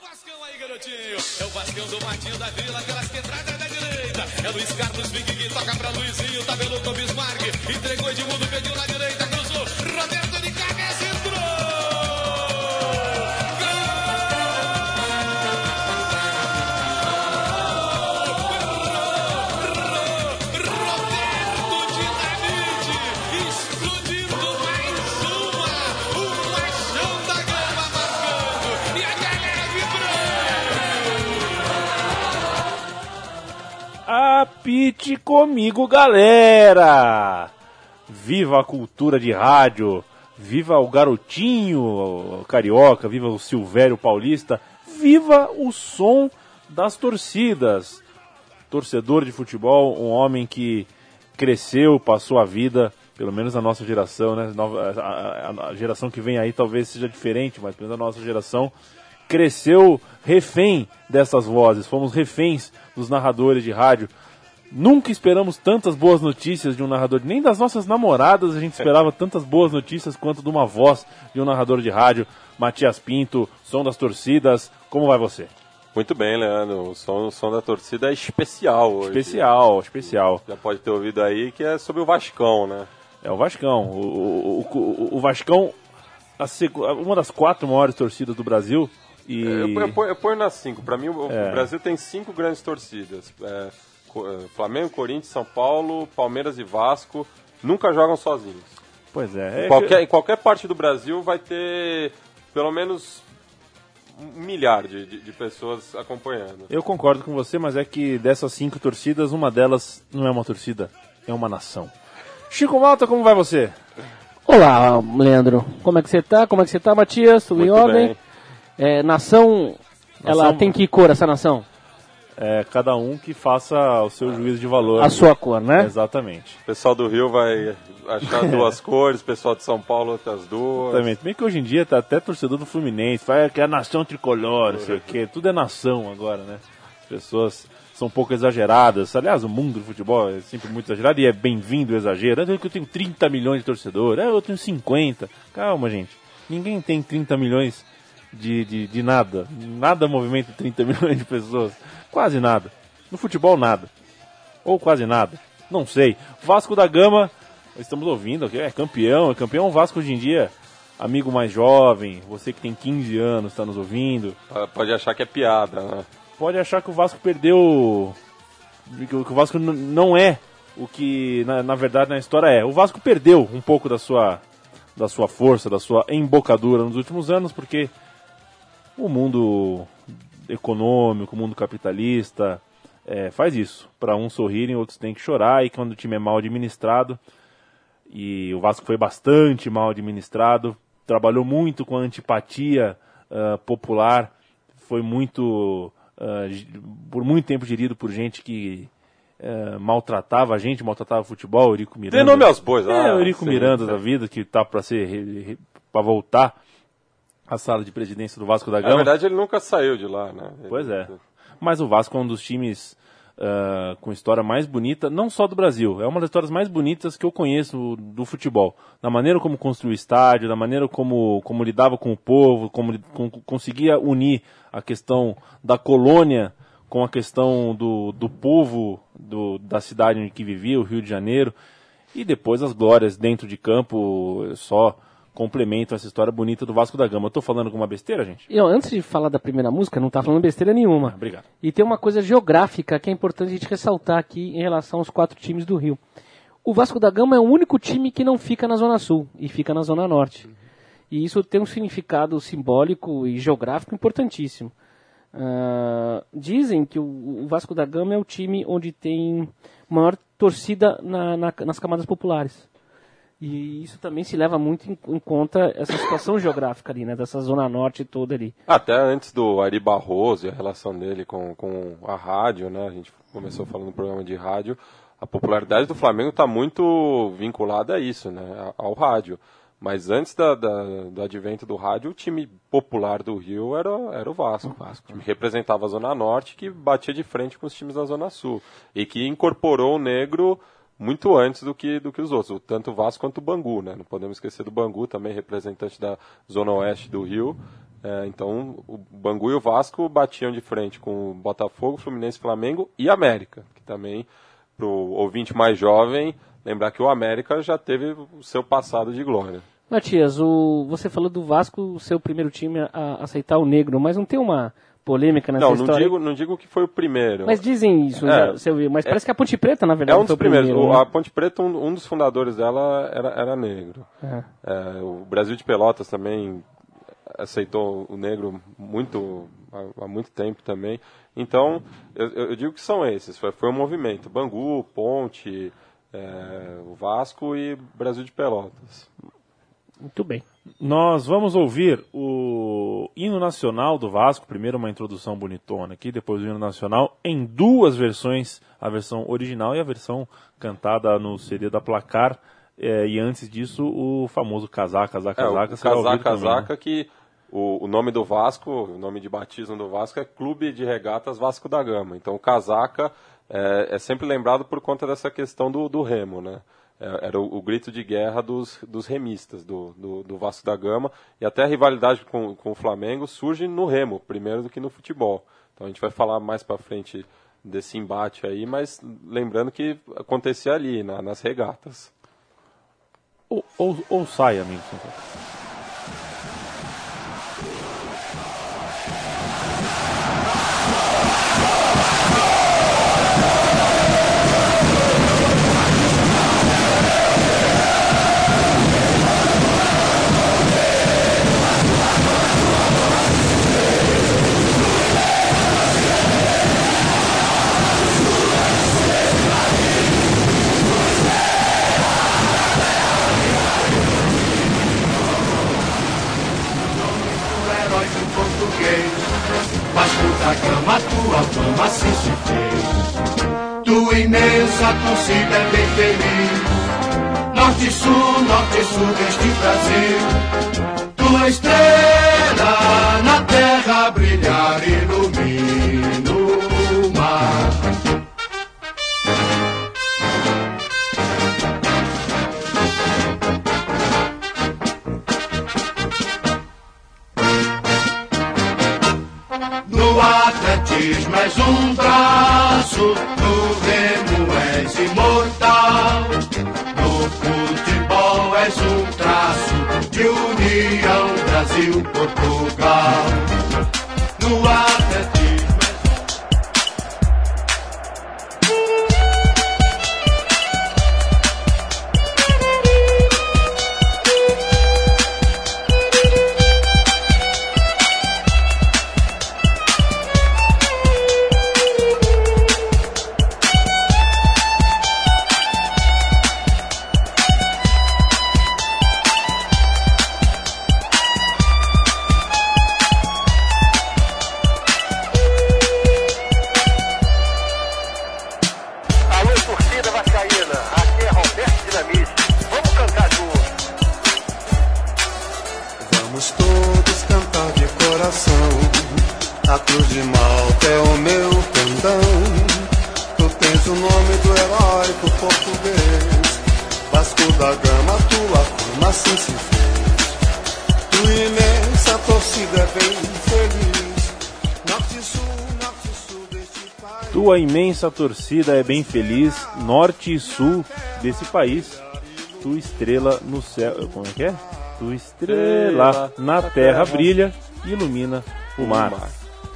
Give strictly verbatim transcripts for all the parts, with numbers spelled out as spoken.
Vascão aí, garotinho. É o Vascão do Matinho da Vila, aquelas que entrada da direita. É Luiz Carlos Vig que toca pra Luizinho, tabelou com Bismarck. Entregou Edmundo, pediu na direita, cruzou. Roberto de cabeça entrou. Apite comigo, galera! Viva a cultura de rádio, viva o garotinho carioca, viva o Silvério Paulista, viva o som das torcidas. Torcedor de futebol, um homem que cresceu, passou a vida, pelo menos a nossa geração, né? A, a, a geração que vem aí talvez seja diferente, mas pelo menos a nossa geração cresceu refém dessas vozes, fomos reféns dos narradores de rádio. Nunca esperamos tantas boas notícias de um narrador, nem das nossas namoradas a gente esperava tantas boas notícias quanto de uma voz de um narrador de rádio. Matias Pinto, som das torcidas, como vai você? Muito bem, Leandro, o som, o som da torcida é especial hoje. Especial, especial. Já pode ter ouvido aí que é sobre o Vascão, né? É o Vascão, o, o, o, o Vascão, a seg... uma das quatro maiores torcidas do Brasil. E... Eu, eu, eu, eu ponho nas cinco, pra mim o, é. o Brasil tem cinco grandes torcidas, é, Flamengo, Corinthians, São Paulo, Palmeiras e Vasco, nunca jogam sozinhos. Pois é. Em qualquer, em qualquer parte do Brasil vai ter pelo menos um milhar de, de, de pessoas acompanhando. Eu concordo com você, mas é que dessas cinco torcidas, uma delas não é uma torcida, é uma nação. Chico Malta, como vai você? Olá, Leandro. Como é que você tá? Como é que você tá, Matias? Tudo em ordem? É, nação, ela nação... tem que cor, essa nação? É, cada um que faça o seu juízo de valor. A sua cor, né? Exatamente. O pessoal do Rio vai achar duas cores, o pessoal de São Paulo outras duas. Exatamente. Bem que hoje em dia tá até torcedor do Fluminense, fala que é a nação tricolor, não sei o quê. Tudo é nação agora, né? As pessoas são um pouco exageradas. Aliás, o mundo do futebol é sempre muito exagerado e é bem-vindo o exagero. Eu tenho trinta milhões de torcedores, eu tenho cinquenta. Calma, gente. Ninguém tem trinta milhões de, de, de nada. Nada movimenta trinta milhões de pessoas. Quase nada. No futebol, nada. Ou quase nada. Não sei. Vasco da Gama, estamos ouvindo aqui, é campeão. É campeão Vasco hoje em dia. Amigo mais jovem, você que tem quinze anos, está nos ouvindo. Pode achar que é piada, né? Pode achar que o Vasco perdeu... Que o Vasco n- não é o que, na, na verdade, na história é. O Vasco perdeu um pouco da sua, da sua força, da sua embocadura nos últimos anos, porque o mundo econômico, o mundo capitalista, é, faz isso. Para uns sorrirem, outros têm que chorar, e quando o time é mal administrado, e o Vasco foi bastante mal administrado, trabalhou muito com a antipatia uh, popular, foi muito, uh, por muito tempo gerido por gente que uh, maltratava a gente, maltratava o futebol, o Eurico Miranda. Tem nome aos bois, É, ah, o Eurico sim, Miranda sim. da vida, que tá para ser, para voltar a sala de presidência do Vasco da Gama. Na verdade, ele nunca saiu de lá, né? Ele... Pois é. Mas o Vasco é um dos times uh, com história mais bonita, não só do Brasil, é uma das histórias mais bonitas que eu conheço do futebol. Da maneira como construiu o estádio, da maneira como, como lidava com o povo, como com, conseguia unir a questão da colônia com a questão do, do povo do, da cidade em que vivia, o Rio de Janeiro. E depois as glórias dentro de campo, só complementam essa história bonita do Vasco da Gama. Eu tô falando alguma besteira, gente? Eu, antes de falar da primeira música, não tá falando besteira nenhuma. Ah, obrigado. E tem uma coisa geográfica que é importante a gente ressaltar aqui em relação aos quatro times do Rio. O Vasco da Gama é o único time que não fica na Zona Sul e fica na Zona Norte. E isso tem um significado simbólico e geográfico importantíssimo. Uh, dizem que o, o Vasco da Gama é o time onde tem maior torcida na, na, nas camadas populares. E isso também se leva muito em, em conta essa situação geográfica ali, né? Dessa zona norte toda ali. Até antes do Ari Barroso e a relação dele com, com a rádio, né? A gente começou falando do programa de rádio. A popularidade do Flamengo está muito vinculada a isso, né? Ao rádio. Mas antes da, da, do advento do rádio, o time popular do Rio era, era o Vasco. O Vasco, que representava a Zona Norte, que batia de frente com os times da Zona Sul. E que incorporou o negro muito antes do que, do que os outros, tanto o Vasco quanto o Bangu, né? Não podemos esquecer do Bangu, também representante da Zona Oeste do Rio, É, então, o Bangu e o Vasco batiam de frente com o Botafogo, Fluminense, Flamengo e América, que também, para o ouvinte mais jovem, lembrar que o América já teve o seu passado de glória. Matias, o, você falou do Vasco, o seu primeiro time a, a aceitar o negro, mas não tem uma polêmica nessa não, história? Não, digo, não digo que foi o primeiro. Mas dizem isso, é, já, você ouviu, mas é, parece que a Ponte Preta, na verdade, é um dos foi o primeiros. primeiro, O, né? A Ponte Preta, um, um dos fundadores dela era, era negro. É. É, o Brasil de Pelotas também aceitou o negro muito, há, há muito tempo também. Então, eu, eu digo que são esses. Foi, foi um movimento. Bangu, Ponte, é, o Vasco e Brasil de Pelotas. Muito bem. Nós vamos ouvir o hino nacional do Vasco, primeiro uma introdução bonitona aqui, depois o hino nacional, em duas versões, a versão original e a versão cantada no C D da Placar, é, e antes disso o famoso Casaca, Casaca, é, Casaca. O Casaca, Casaca, que o, o nome do Vasco, o nome de batismo do Vasco é Clube de Regatas Vasco da Gama. Então o Casaca é, é sempre lembrado por conta dessa questão do, do remo, né? Era o, o grito de guerra dos, dos remistas do, do, do Vasco da Gama, e até a rivalidade com, com o Flamengo surge no remo, primeiro do que no futebol. Então a gente vai falar mais para frente desse embate aí, mas lembrando que acontecia ali, na, nas regatas. Ou, ou, ou sai, amigo. Gama, tua fama assim se fez. Tua imensa torcida é bem feliz. Norte e sul, norte e sul deste Brasil. Tua estrela na terra brilhar ilumina o mar. No atletismo és um braço, no remo és imortal. No futebol és um traço de união Brasil-Portugal. No atletismo Tua imensa torcida é bem feliz, norte e sul desse país. Tua estrela no céu. Como é que é? Tua estrela, estrela na terra, terra brilha e ilumina o mar. mar.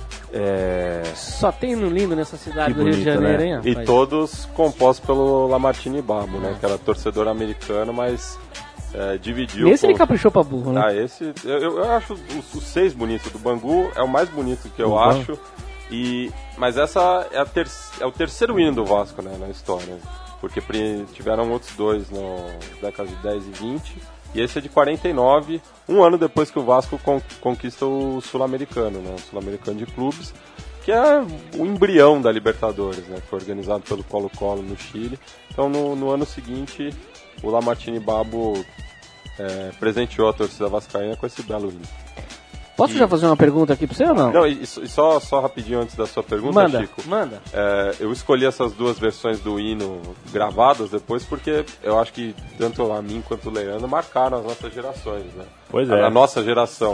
É... Só tem no lindo nessa cidade que do bonito, Rio de Janeiro, né? hein? E todos compostos pelo Lamartine Babo, né? Que era torcedor americano, mas é, dividiu. Esse com... ele caprichou pra burro, né? Ah, esse. Eu, eu acho os, os seis bonitos. Do Bangu é o mais bonito que eu uhum. acho. E, mas essa é, a ter, é o terceiro hino do Vasco, né, na história. Porque tiveram outros dois nas décadas de dez e vinte. E esse é de quarenta e nove, um ano depois que o Vasco con, conquista o Sul-Americano, né, o Sul-Americano de Clubes, que é o embrião da Libertadores, né, que foi organizado pelo Colo-Colo no Chile. Então, no, no ano seguinte, o Lamartine Babo é, presenteou a torcida vascaína com esse belo hino. Posso e... já fazer uma pergunta aqui pra você ou não? Não, e, e só, só rapidinho antes da sua pergunta, manda, Chico. Manda, é, eu escolhi essas duas versões do hino gravadas depois porque eu acho que tanto a mim quanto o Leandro marcaram as nossas gerações, né? Pois é. A, a nossa geração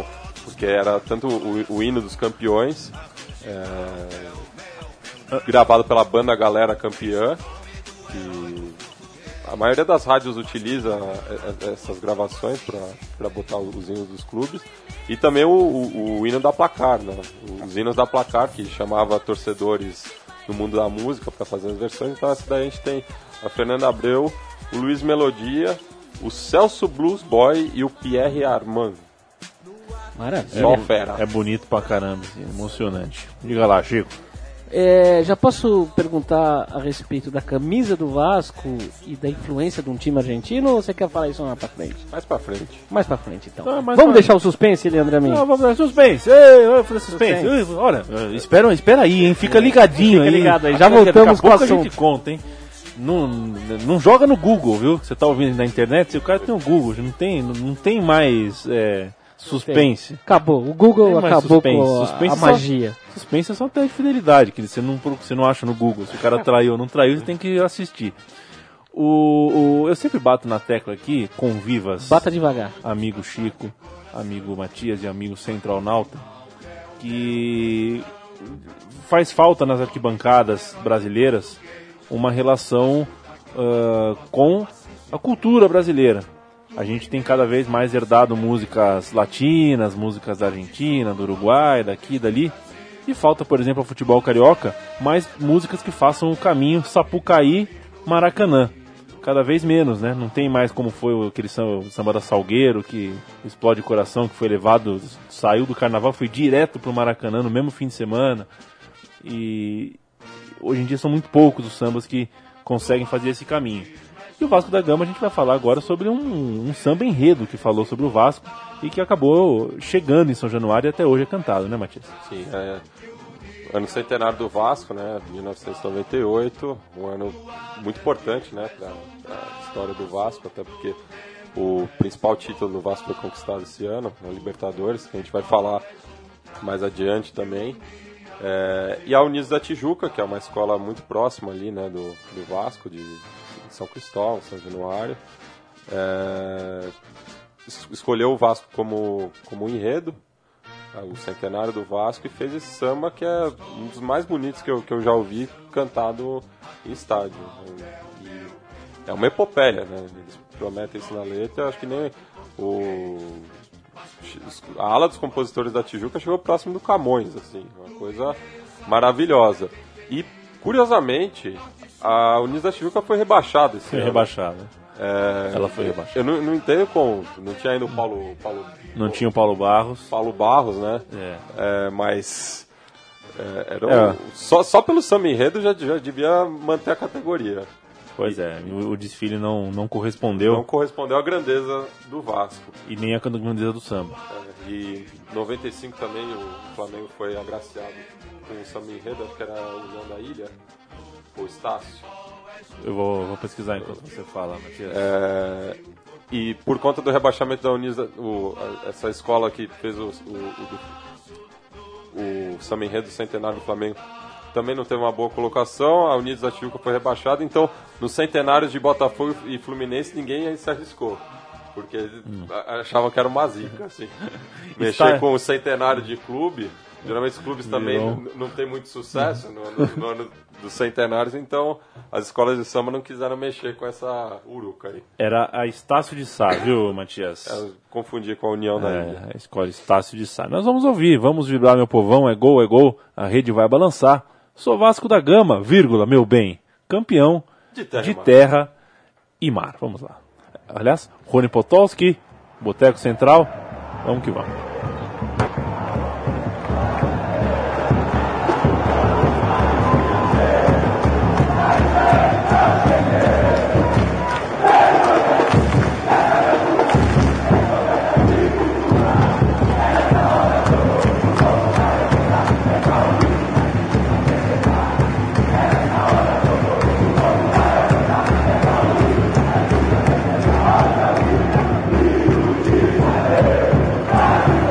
porque era tanto o, o hino dos campeões, é, gravado pela banda Galera Campeã, que a maioria das rádios utiliza essas gravações para botar os hinos dos clubes, e também o, o, o hino da Placar, né? Os hinos da Placar, que chamava torcedores do mundo da música para fazer as versões. Então essa daí a gente tem a Fernanda Abreu, o Luiz Melodia, o Celso Blues Boy e o Pierre Armand. Maravilha. Só fera. É bonito pra caramba, assim, emocionante. Diga lá, Chico. É, já posso perguntar a respeito da camisa do Vasco e da influência de um time argentino, ou você quer falar isso mais pra frente? Mais pra frente. Mais pra frente, então. Ah, mais vamos pra- deixar o suspense, Leandro Amin? Não, vamos dar suspense. Ei, eu falei suspense. Suspense. Ei, olha, espera, espera aí, hein? Fica ligadinho Fica aí. ligado aí, já Daqui a voltamos pouco com o a gente assunto. conta, hein? Não, não joga no Google, viu? Você tá ouvindo na internet, se o cara tem o Google, não tem, não tem mais é, suspense. Acabou, o Google Tem mais acabou suspense. com a, Suspense a só- magia. Suspense é só teste de fidelidade, que você não, você não acha no Google. Se o cara traiu ou não traiu, você tem que assistir. O, o- eu sempre bato na tecla aqui, convivas, Bata devagar. amigo Chico, amigo Matias e amigo Central Nauta, que faz falta nas arquibancadas brasileiras uma relação ah, com a cultura brasileira. A gente tem cada vez mais herdado músicas latinas, músicas da Argentina, do Uruguai, daqui e dali. E falta, por exemplo, ao futebol carioca, mais músicas que façam o caminho Sapucaí-Maracanã. Cada vez menos, né? Não tem mais como foi aquele samba, samba da Salgueiro, que explode o coração, que foi levado, saiu do carnaval, foi direto pro Maracanã no mesmo fim de semana. E hoje em dia são muito poucos os sambas que conseguem fazer esse caminho. E o Vasco da Gama a gente vai falar agora sobre um, um samba enredo que falou sobre o Vasco e que acabou chegando em São Januário e até hoje é cantado, né, Matias? Sim, é ano centenário do Vasco, né, de mil novecentos e noventa e oito, um ano muito importante, né, para a história do Vasco, até porque o principal título do Vasco foi conquistado esse ano, a Libertadores, que a gente vai falar mais adiante também. É, e a Unidos da Tijuca, que é uma escola muito próxima ali, né, do, do Vasco, de São Cristóvão, São Januário, é, es- escolheu o Vasco como, como enredo, o centenário do Vasco, e fez esse samba que é um dos mais bonitos que eu, que eu já ouvi cantado em estádio. E é uma epopeia, né? Eles prometem isso na letra. Eu acho que nem o a ala dos compositores da Tijuca chegou próximo do Camões, assim, uma coisa maravilhosa. E curiosamente, a Unidos da Tijuca foi rebaixada esse Foi ano. rebaixada. É, Ela foi rebaixada. Eu não, não entendo como, não tinha ainda o Paulo, Paulo, Não tinha o Paulo Barros. Paulo Barros, né? É. É, mas é, era É. um- só, só pelo samba enredo já, já devia manter a categoria. Pois é, o, o desfile não, não correspondeu Não correspondeu à grandeza do Vasco. e nem a grandeza do samba. É, e em noventa e cinco também o Flamengo foi agraciado com o samba enredo, acho que era a União da Ilha, o Estácio. Eu vou, vou pesquisar enquanto você fala, Matias. É, e por conta do rebaixamento da Unidos, o, a- essa escola que fez o, o, o, o samba enredo centenário do Flamengo também não teve uma boa colocação. A Unidos da Tijuca foi rebaixada, então nos centenários de Botafogo e Fluminense ninguém se arriscou, porque a- achavam que era uma zica, assim. Mexer Está- com o centenário de clube, geralmente os clubes também Virou. n- não tem muito sucesso no, no- no ano dos centenários, então as escolas de samba não quiseram mexer com essa uruca aí. Era a Estácio de Sá, viu, Matias? Eu confundi com a União da Ilha. É, a escola Estácio de Sá. Nós vamos ouvir, vamos vibrar, meu povão, é gol, é gol, a rede vai balançar. Sou Vasco da Gama, vírgula, meu bem, campeão De terra de e mar. terra e mar. Vamos lá. Aliás, Rony Potolski, Boteco Central, vamos que vamos. Thank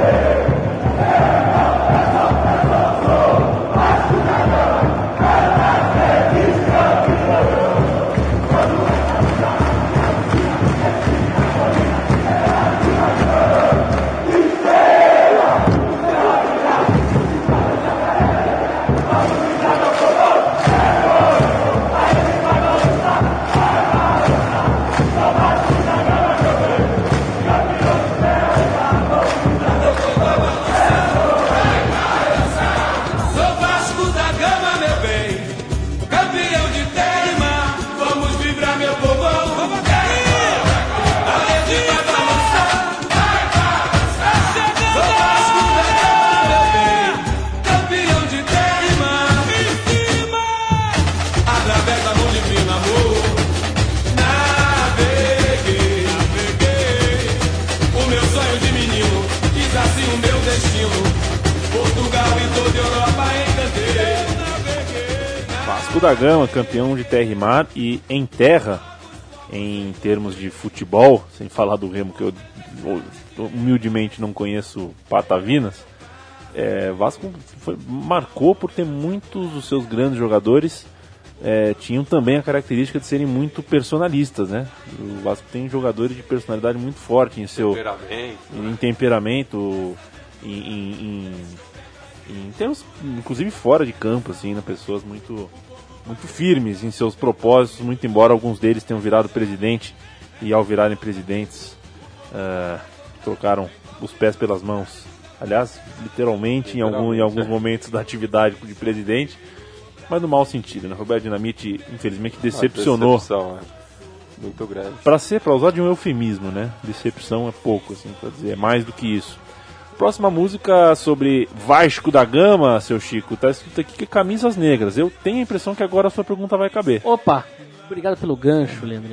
Vasco da Gama, campeão de terra e mar, e em terra, em termos de futebol, sem falar do Remo, que eu humildemente não conheço patavinas, é, Vasco foi, marcou por ter muitos dos seus grandes jogadores, é, tinham também a característica de serem muito personalistas, né? O Vasco tem jogadores de personalidade muito forte em seu temperamento, em temperamento, em, em, em, em termos, inclusive fora de campo, assim, né? Pessoas muito, muito firmes em seus propósitos, muito embora alguns deles tenham virado presidente e ao virarem presidentes uh, trocaram os pés pelas mãos. Aliás, literalmente, literalmente em, algum, em alguns é. momentos da atividade de presidente, mas no mau sentido, né? Roberto Dinamite, infelizmente, decepcionou. Ah, decepção, é. Muito grande. Para ser, para usar de um eufemismo, né? Decepção é pouco, assim, para dizer, é mais do que isso. Próxima música sobre Vasco da Gama, seu Chico, tá escrito aqui que é Camisas Negras. Eu tenho a impressão que agora a sua pergunta vai caber. Opa, obrigado pelo gancho, Leandro.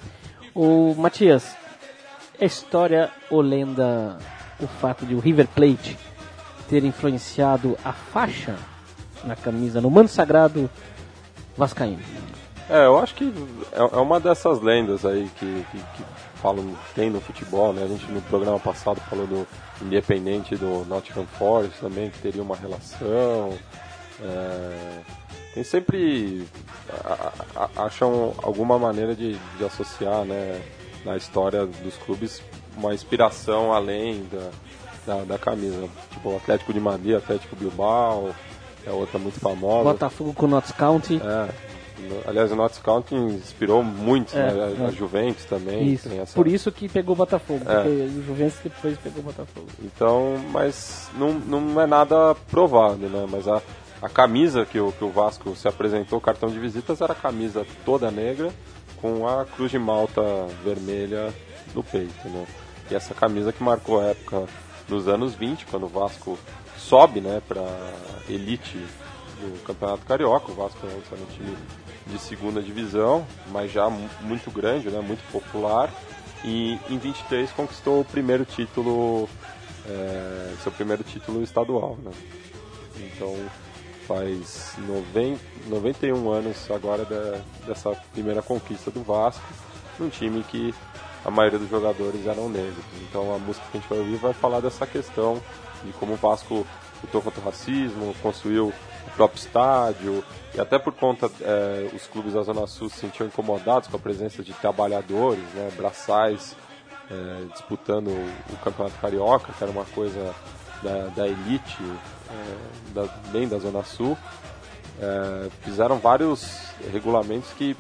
O Matias, é história ou lenda o fato de o River Plate ter influenciado a faixa na camisa, no manto sagrado vascaíno? É, eu acho que é, é uma dessas lendas aí que, que, que falam, tem no futebol, né? A gente no programa passado falou do Independente do Nottingham Forest também, que teria uma relação. É, tem sempre a, a, acham alguma maneira de, de associar, né, na história dos clubes uma inspiração além da, da, da camisa. Tipo o Atlético de Madrid, Atlético Bilbao, é outra muito famosa. Botafogo com o Notts County. É, aliás, o Notts County inspirou muito, é, né? a, é. a Juventus também. Isso. Tem essa... Por isso que pegou o Botafogo, É. porque o Juventus depois pegou o Botafogo. Então, mas não, não é nada provado, né? Mas a, a camisa que o, que o Vasco se apresentou, o cartão de visitas, era a camisa toda negra com a cruz de malta vermelha no peito, né? E essa camisa que marcou a época dos anos vinte, quando o Vasco sobe, né, para elite do Campeonato Carioca. O Vasco é um time de segunda divisão, mas já muito grande, né, muito popular. E em vinte e três conquistou o primeiro título, é, seu primeiro título estadual, né? Então faz noventa e um anos agora de, dessa primeira conquista do Vasco, num time que a maioria dos jogadores eram negros. Então a música que a gente vai ouvir vai falar dessa questão de como o Vasco lutou contra o racismo, construiu o próprio estádio, e até por conta é, os clubes da Zona Sul se sentiam incomodados com a presença de trabalhadores, né, braçais, é, disputando o Campeonato Carioca, que era uma coisa da, da elite, é, da, bem da Zona Sul. É, fizeram vários regulamentos que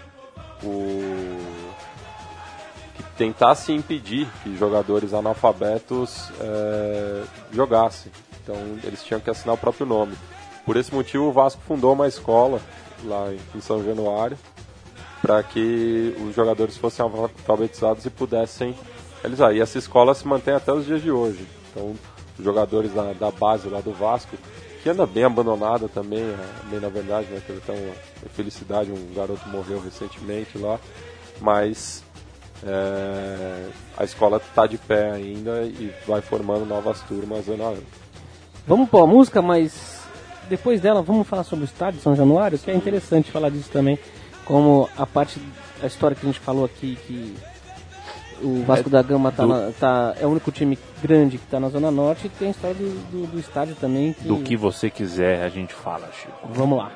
o que tentasse impedir que jogadores analfabetos é, jogassem. Então eles tinham que assinar o próprio nome. Por esse motivo o Vasco fundou uma escola lá em São Januário para que os jogadores fossem alfabetizados e pudessem realizar. E essa escola se mantém até os dias de hoje. Então os jogadores da, da base lá do Vasco, que anda bem abandonada também, bem na verdade, né? Teve até uma infelicidade, um garoto morreu recentemente lá, mas é, a escola está de pé ainda e vai formando novas turmas ano a ano. Vamos pôr a música, mas depois dela vamos falar sobre o estádio de São Januário, que é interessante falar disso também, como a parte, a história que a gente falou aqui, que o Vasco é, da Gama tá, do... na, tá, é o único time grande que está na Zona Norte, e tem a história do, do, do estádio também. Que... Do que você quiser a gente fala, Chico. Vamos lá.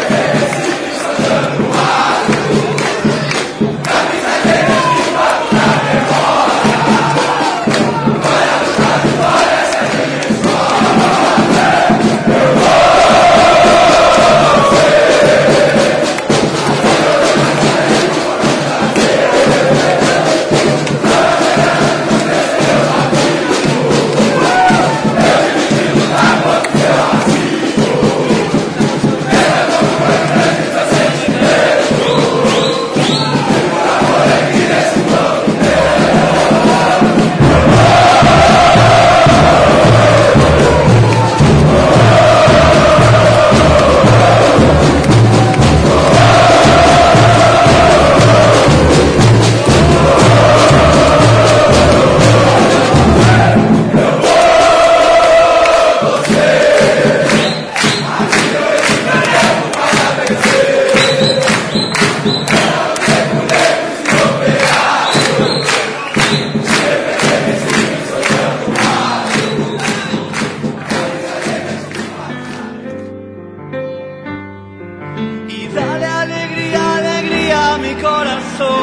Camisa mi corazón.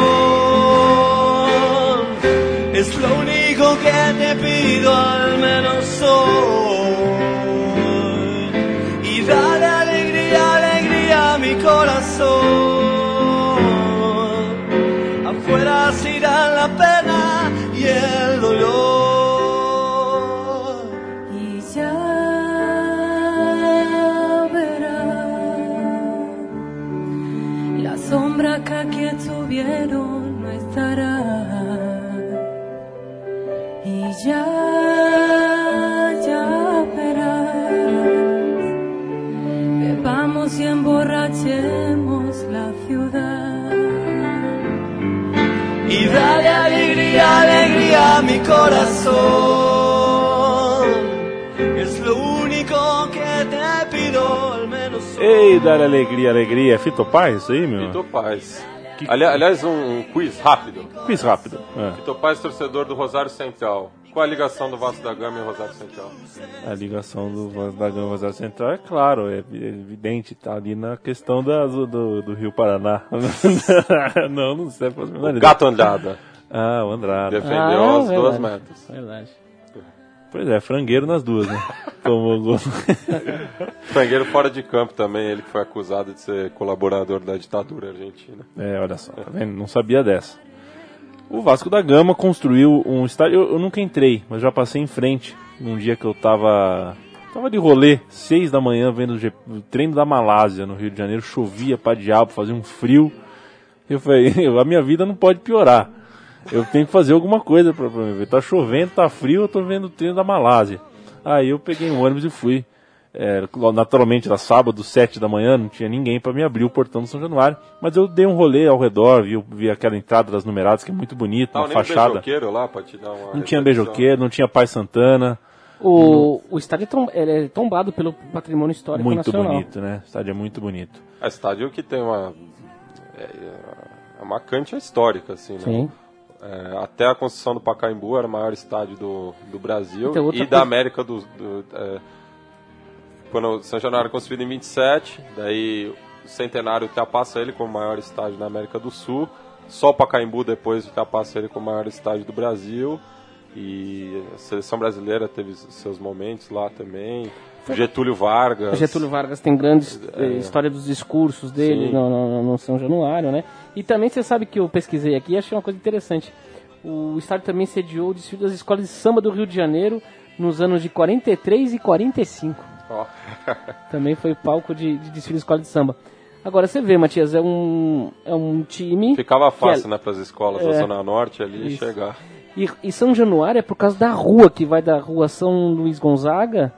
Es lo único que te pido al menos hoy. Y dale alegría, alegría a mi corazón. Afuera se irá la pena y el dolor. Y ya verás, la sombra que aquí estuvieron no estará. Y ya, ya verás, bebamos y emborrachemos la ciudad. Y dale alegría, alegría a mi corazón. Es lo único que te pido, al menos hoy. Ei, dá alegria, alegria. É Fito Paz isso aí, meu? Fito Paz. Ali, aliás, um, um quiz rápido. Quiz rápido. É. Fito Paz, torcedor do Rosário Central. Qual a ligação do Vasco da Gama e Rosário Central? A ligação do Vasco da Gama e Rosário Central é claro, é evidente, tá ali na questão da, do, do, do Rio Paraná. Não, não sei. O Gato Andrada. Ah, o Andrada. Defendeu Ah, as verdade. duas metas. Verdade. Pois é, frangueiro nas duas, né? Tomou gol. Frangueiro fora de campo também, ele que foi acusado de ser colaborador da ditadura argentina. É, olha só, tá vendo? Não sabia dessa. O Vasco da Gama construiu um estádio. Eu, eu nunca entrei, mas já passei em frente. Num dia que eu tava. Tava de rolê, seis da manhã, vendo o, G, o treino da Malásia no Rio de Janeiro. Chovia pra diabo, fazia um frio. Eu falei, a minha vida não pode piorar. Eu tenho que fazer alguma coisa pra, pra me ver. Tá chovendo, tá frio, eu tô vendo o treino da Malásia. Aí eu peguei um ônibus e fui. É, naturalmente era sábado, sete da manhã, não tinha ninguém para me abrir o portão do São Januário, mas eu dei um rolê ao redor, vi, vi aquela entrada das numeradas que é muito bonita, Tava uma nem fachada. beijoqueiro lá pra te dar uma Não tinha recepção. beijoqueiro, não tinha Pai Santana. O, o estádio é, tom, ele é tombado pelo Patrimônio Histórico Muito Nacional. bonito, né? O estádio é muito bonito. É estádio que tem uma é, é uma cancha histórica, assim, né? Sim. É, até a construção do Pacaembu era o maior estádio do, do Brasil Então, outra e da coisa- América do... do é, quando o São Januário é construído em vinte e sete, daí o Centenário ultrapassa ele como o maior estádio da América do Sul, só o Pacaembu depois ultrapassa ele como o maior estádio do Brasil, e a seleção brasileira teve seus momentos lá também, o Getúlio Vargas... O Getúlio Vargas tem grande eh, história dos discursos dele Sim. no, no, no São Januário, né? E também você sabe que eu pesquisei aqui e achei uma coisa interessante. O estádio também sediou o desfile das escolas de samba do Rio de Janeiro nos anos de quarenta e três e quarenta e cinco. Ó. Também foi palco de, de desfile de escola de samba. Agora você vê, Matias, é um, é um time... Ficava que fácil, é- né, para as escolas da é, Zona Norte ali isso. chegar. E, e São Januário é por causa da rua, que vai da rua São Luís Gonzaga,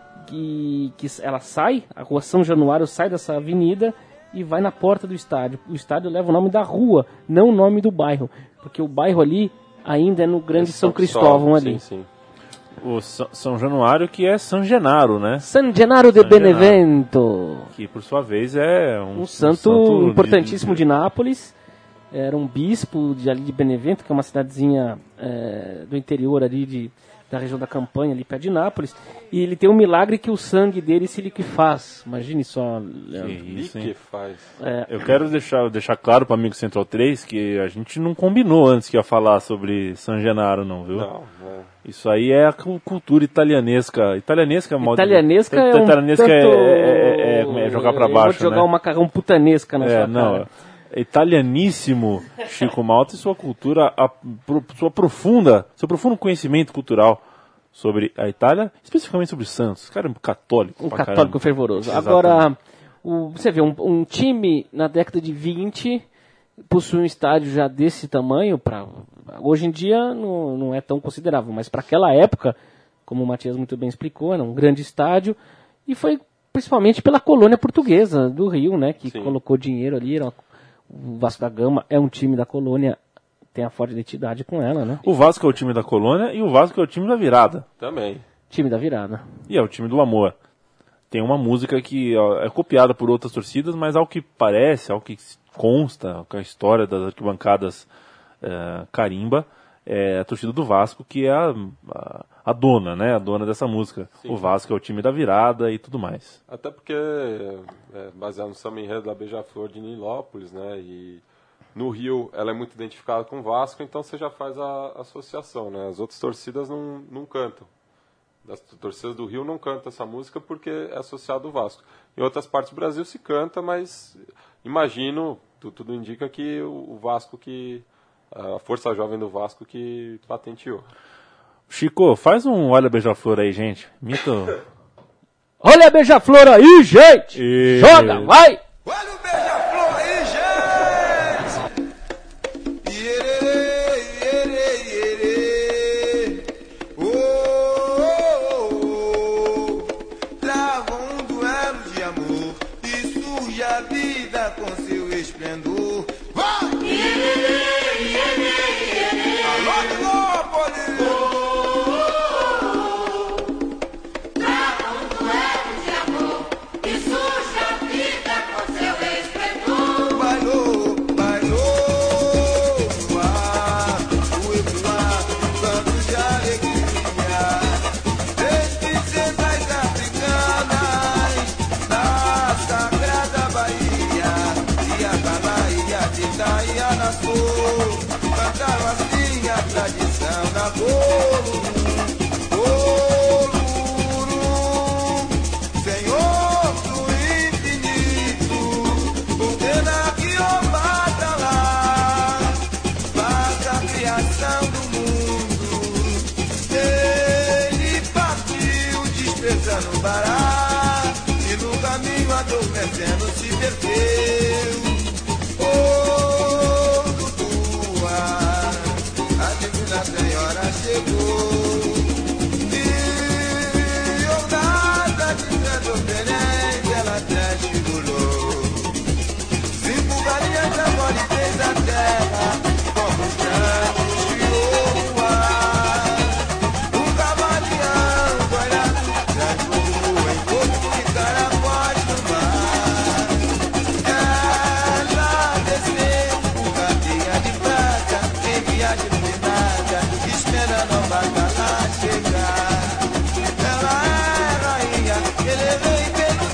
que, que ela sai, a rua São Januário sai dessa avenida e vai na porta do estádio. O estádio leva o nome da rua, não o nome do bairro, porque o bairro ali ainda é no Grande São Cristóvão ali. Sim, sim. O São, São Januário, que é San Genaro, né? San Gennaro de San Gennaro. Benevento, Que por sua vez é um, um santo importantíssimo de Nápoles. Era um bispo de, ali de Benevento, que é uma cidadezinha é, do interior ali de, da região da Campanha, ali perto de Nápoles. E ele tem um milagre que o sangue dele se liquefaz. Imagine só, Leandro. Que isso, E hein? que faz? É, Eu quero deixar, deixar claro para o amigo Central três que a gente não combinou antes que ia falar sobre San Genaro, não, viu? Não, é. Isso aí é a cu- cultura italianesca. Italianesca é modo. italianesca é um Italianesca tanto... é, é- é- como é jogar para Eu vou baixo, te jogar né? um macarrão putanesca na É, sua não. cara. É italianíssimo Chico Malta e sua cultura, a, pro- sua profunda, seu profundo conhecimento cultural sobre a Itália, especificamente sobre Santos. Esse cara é um católico. Um pra católico caramba. fervoroso. Exatamente. Agora, o, você vê, um, um time na década de vinte possui um estádio já desse tamanho. Pra, hoje em dia não, não é tão considerável, mas para aquela época, como o Matias muito bem explicou, era um grande estádio. E foi principalmente pela colônia portuguesa do Rio, né, que Sim. colocou dinheiro ali. Era uma, o Vasco da Gama é um time da colônia, tem a forte identidade com ela, né? O Vasco é o time da colônia e o Vasco é o time da virada. Também. Time da virada. E é o time do amor. Tem uma música que ó, é copiada por outras torcidas, mas ao que parece, ao que consta, com a história das arquibancadas é, carimba, é a torcida do Vasco que é a, a, a dona, né? A dona dessa música. Sim. O Vasco é o time da virada e tudo mais. Até porque é baseado no samba enredo da Beija-Flor de Nilópolis, né? E no Rio ela é muito identificada com o Vasco, então você já faz a associação, né? As outras torcidas não, não cantam. As torcidas do Rio não cantam essa música porque é associado ao Vasco. Em outras partes do Brasil se canta, mas imagino, tudo, tudo indica que o, o Vasco que... a Força Jovem do Vasco que patenteou. Chico, faz um Olha Beija-Flor aí, gente. Mito. Olha a beija-flor aí, gente! E... Joga, vai! Olha o beija-flor aí, gente! Ierê, ierê, ierê. Oh, oh, oh, oh. Trava um duelo de amor e surge a vida com seu esplendor. Vai! Ierê, ierê, ierê. Alô, Milópolis! Cantaram assim a tradição da bolo, bolo, Senhor do infinito, ordena que o bata lá, faz a criação do mundo. Ele partiu desprezando o bará e no caminho adormecendo se perdeu. A senhora chegou e eu nada dizendo Belém, ela até segurou. Cinco galinhas da mole fez a terra, como os campos criou o ar. Um cavaleão doirado transformou em corpo de caracóis no mar. Ela desceu por cadeia de prata, em viagem no espera não basta chegar. Ela é rainha, ele é rei pelo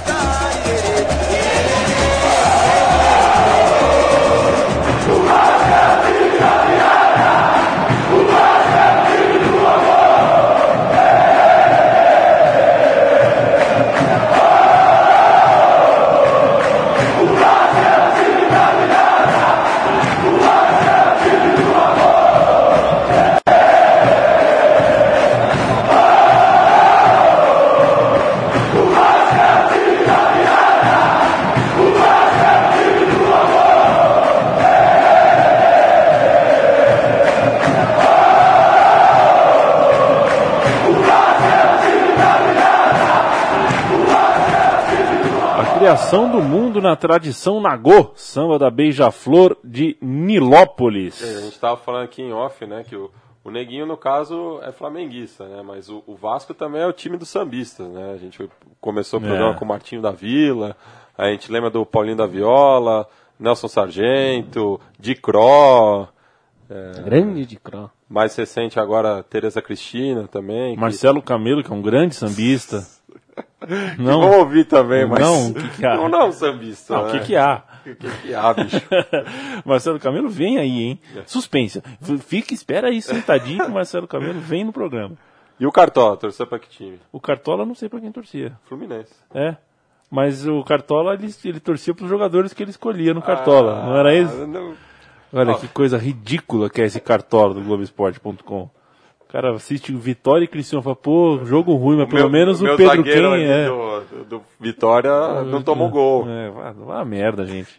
Criação do mundo na tradição Nagô, samba da Beija-Flor de Nilópolis. É, a gente estava falando aqui em off, né, que o, o Neguinho, no caso, é flamenguista, né, mas o, o Vasco também é o time dos sambistas, né, a gente começou o programa é. com o Martinho da Vila, a gente lembra do Paulinho da Viola, Nelson Sargento, Dicró, é, grande Dicró. Mais recente agora, Tereza Cristina também. Marcelo que... Camelo, que é um grande sambista. Não, vamos ouvir também, mas não, o que que há? Não, não é um sambista. O né? que que há? O que que há, bicho? Marcelo Camelo vem aí, hein? Suspense. Fica, espera aí sentadinho que o Marcelo Camelo vem no programa. E o Cartola, torceu pra que time? O Cartola não sei pra quem torcia. Fluminense. É. Mas o Cartola, ele, ele torcia pros jogadores que ele escolhia no Cartola, ah, não era isso? Não... Olha oh. que coisa ridícula que é esse Cartola do Globoesporte ponto com. O cara assiste Vitória e Cristiano e fala, pô, jogo ruim, mas o pelo meu, menos o Pedro Quem é. Do, do, do Vitória não tomou gol. É, uma merda, gente.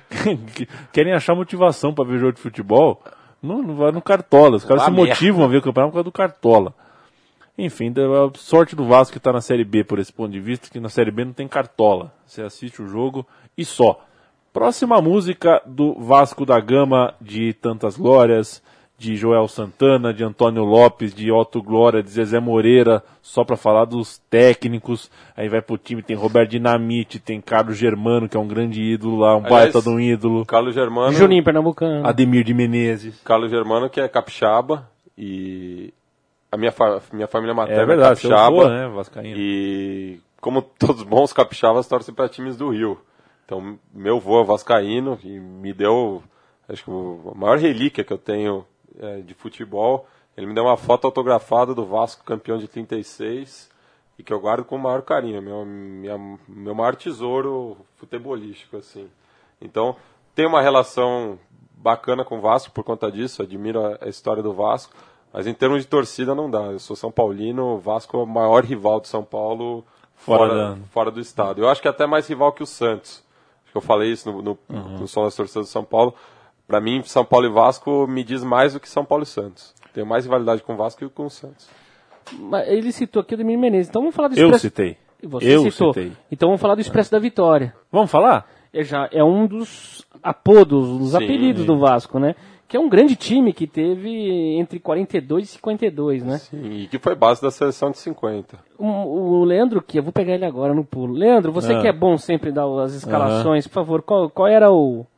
Querem achar motivação pra ver jogo de futebol? Não, não vai no Cartola. Os caras se motivam a ver o campeonato por causa do Cartola. Enfim, a sorte do Vasco que tá na Série B por esse ponto de vista, que na Série B não tem Cartola. Você assiste o jogo e só. Próxima música do Vasco da Gama, de Tantas Glórias, de Joel Santana, de Antônio Lopes, de Otto Glória, de Zezé Moreira, só para falar dos técnicos. Aí vai pro time, tem Roberto Dinamite, tem Carlos Germano, que é um grande ídolo lá, um Aliás, baita de um ídolo. Carlos Germano. Juninho Pernambucano. Ademir de Menezes. Carlos Germano, que é capixaba, e a minha, fa... minha família materna é, verdade, é capixaba. Avô, né, vascaíno. E como todos bons capixabas torcem para times do Rio. Então, meu avô é vascaíno e me deu acho que o, a maior relíquia que eu tenho é, de futebol. Ele me deu uma foto autografada do Vasco campeão de trinta e seis e que eu guardo com o maior carinho, meu, minha, meu maior tesouro futebolístico, assim. Então, tem uma relação bacana com o Vasco por conta disso, admiro a, a história do Vasco, mas em termos de torcida não dá. Eu sou São Paulino, o Vasco é o maior rival de São Paulo fora, fora, fora do estado. Eu acho que é até mais rival que o Santos. Acho que eu falei isso no, no, uhum. no Som das Torcidas do São Paulo. Para mim, São Paulo e Vasco me diz mais do que São Paulo e Santos. Tenho mais rivalidade com o Vasco que com o Santos. Mas ele citou aqui o Ademir Menezes, então vamos falar do Expresso... Eu citei. Você Eu citou. citei. Então vamos falar do Expresso é. da Vitória. Vamos falar? É, já, é um dos apodos, dos Sim. apelidos do Vasco, né? Que é um grande time que teve entre quarenta e dois e cinquenta e dois, né? Sim, e que foi base da seleção de cinquenta. O, o Leandro, que eu vou pegar ele agora no pulo. Leandro, você ah. que é bom sempre dar as escalações, ah. por favor, qual, qual era o...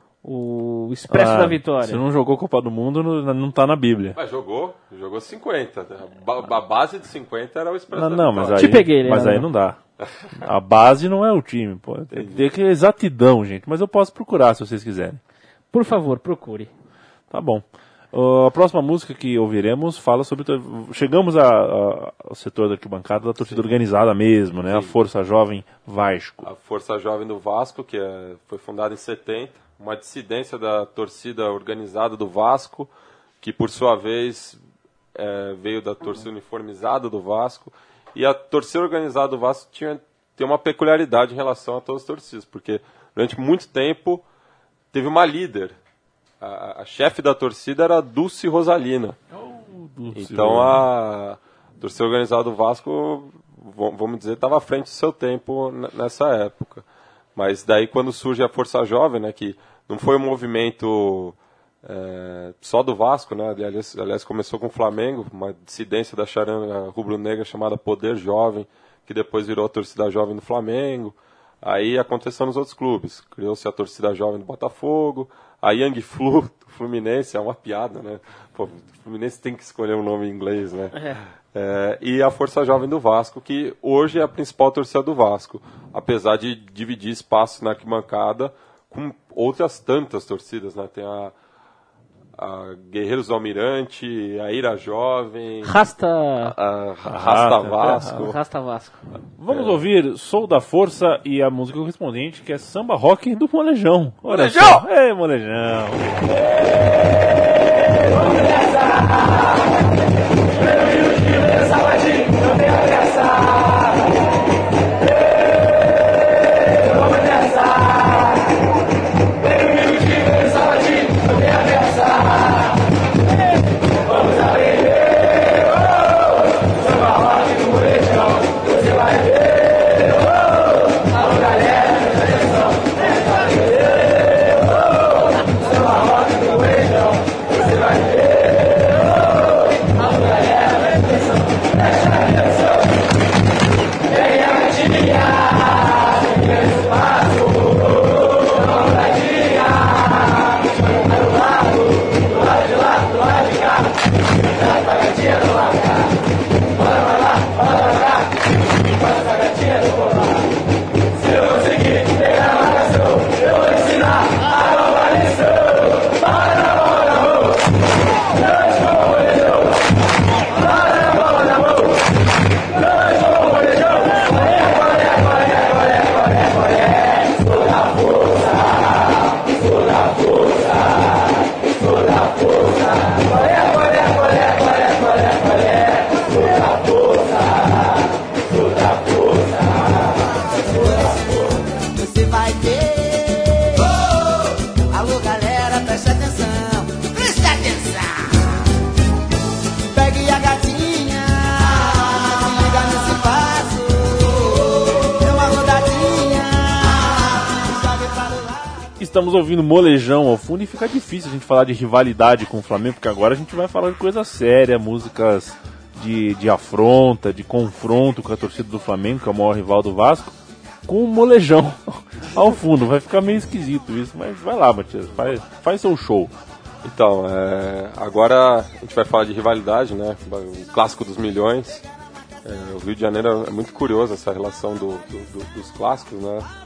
O Expresso ah, da Vitória. Se não jogou Copa do Mundo, não, não tá na Bíblia. Mas jogou, jogou cinquenta. A, a base de cinquenta era o Expresso não, da não, Vitória. Mas aí, Te peguei, mas aí não dá. A base não é o time, pô. Tem que ter exatidão, gente. Mas eu posso procurar se vocês quiserem. Por favor, procure. Tá bom. Uh, a próxima música que ouviremos fala sobre... Chegamos a, a, ao setor da arquibancada da torcida Sim. organizada mesmo, né? Sim. A Força Jovem Vasco. A Força Jovem do Vasco, que é, foi fundada em setenta. Uma dissidência da torcida organizada do Vasco, que por sua vez é, veio da torcida uniformizada do Vasco. E a torcida organizada do Vasco tinha, tem uma peculiaridade em relação a todas as torcidas, porque durante muito tempo teve uma líder. A, a chefe da torcida era a Dulce Rosalina. Oh, Dulce então a torcida organizada do Vasco, vamos dizer, estava à frente do seu tempo nessa época. Mas daí quando surge a Força Jovem, né, que não foi um movimento é, só do Vasco, né, aliás, aliás começou com o Flamengo, uma dissidência da charanga rubro-negra chamada Poder Jovem, que depois virou a torcida jovem do Flamengo. Aí aconteceu nos outros clubes, criou-se a torcida jovem do Botafogo, a Young Flu do Fluminense, é uma piada, né, pô, o Fluminense tem que escolher um nome em inglês, né. É. É, e a Força Jovem do Vasco, que hoje é a principal torcida do Vasco, apesar de dividir espaço na arquibancada com outras tantas torcidas, né? Tem a, a Guerreiros do Almirante, a Ira Jovem, Rasta, a, a Rasta Vasco. Rasta Vasco. Vamos é. ouvir Sou da Força e a música correspondente, que é Samba Rock do Molejão. Olha Molejão! Só. Ei, Molejão! Estamos ouvindo Molejão ao fundo e fica difícil a gente falar de rivalidade com o Flamengo, porque agora a gente vai falar de coisa séria, músicas de, de afronta, de confronto com a torcida do Flamengo, que é o maior rival do Vasco, com o Molejão ao fundo. Vai ficar meio esquisito isso, mas vai lá, Matias, faz, faz seu show. Então, é, agora a gente vai falar de rivalidade, né? O clássico dos milhões. É, o Rio de Janeiro é muito curioso essa relação do, do, do, dos clássicos, né?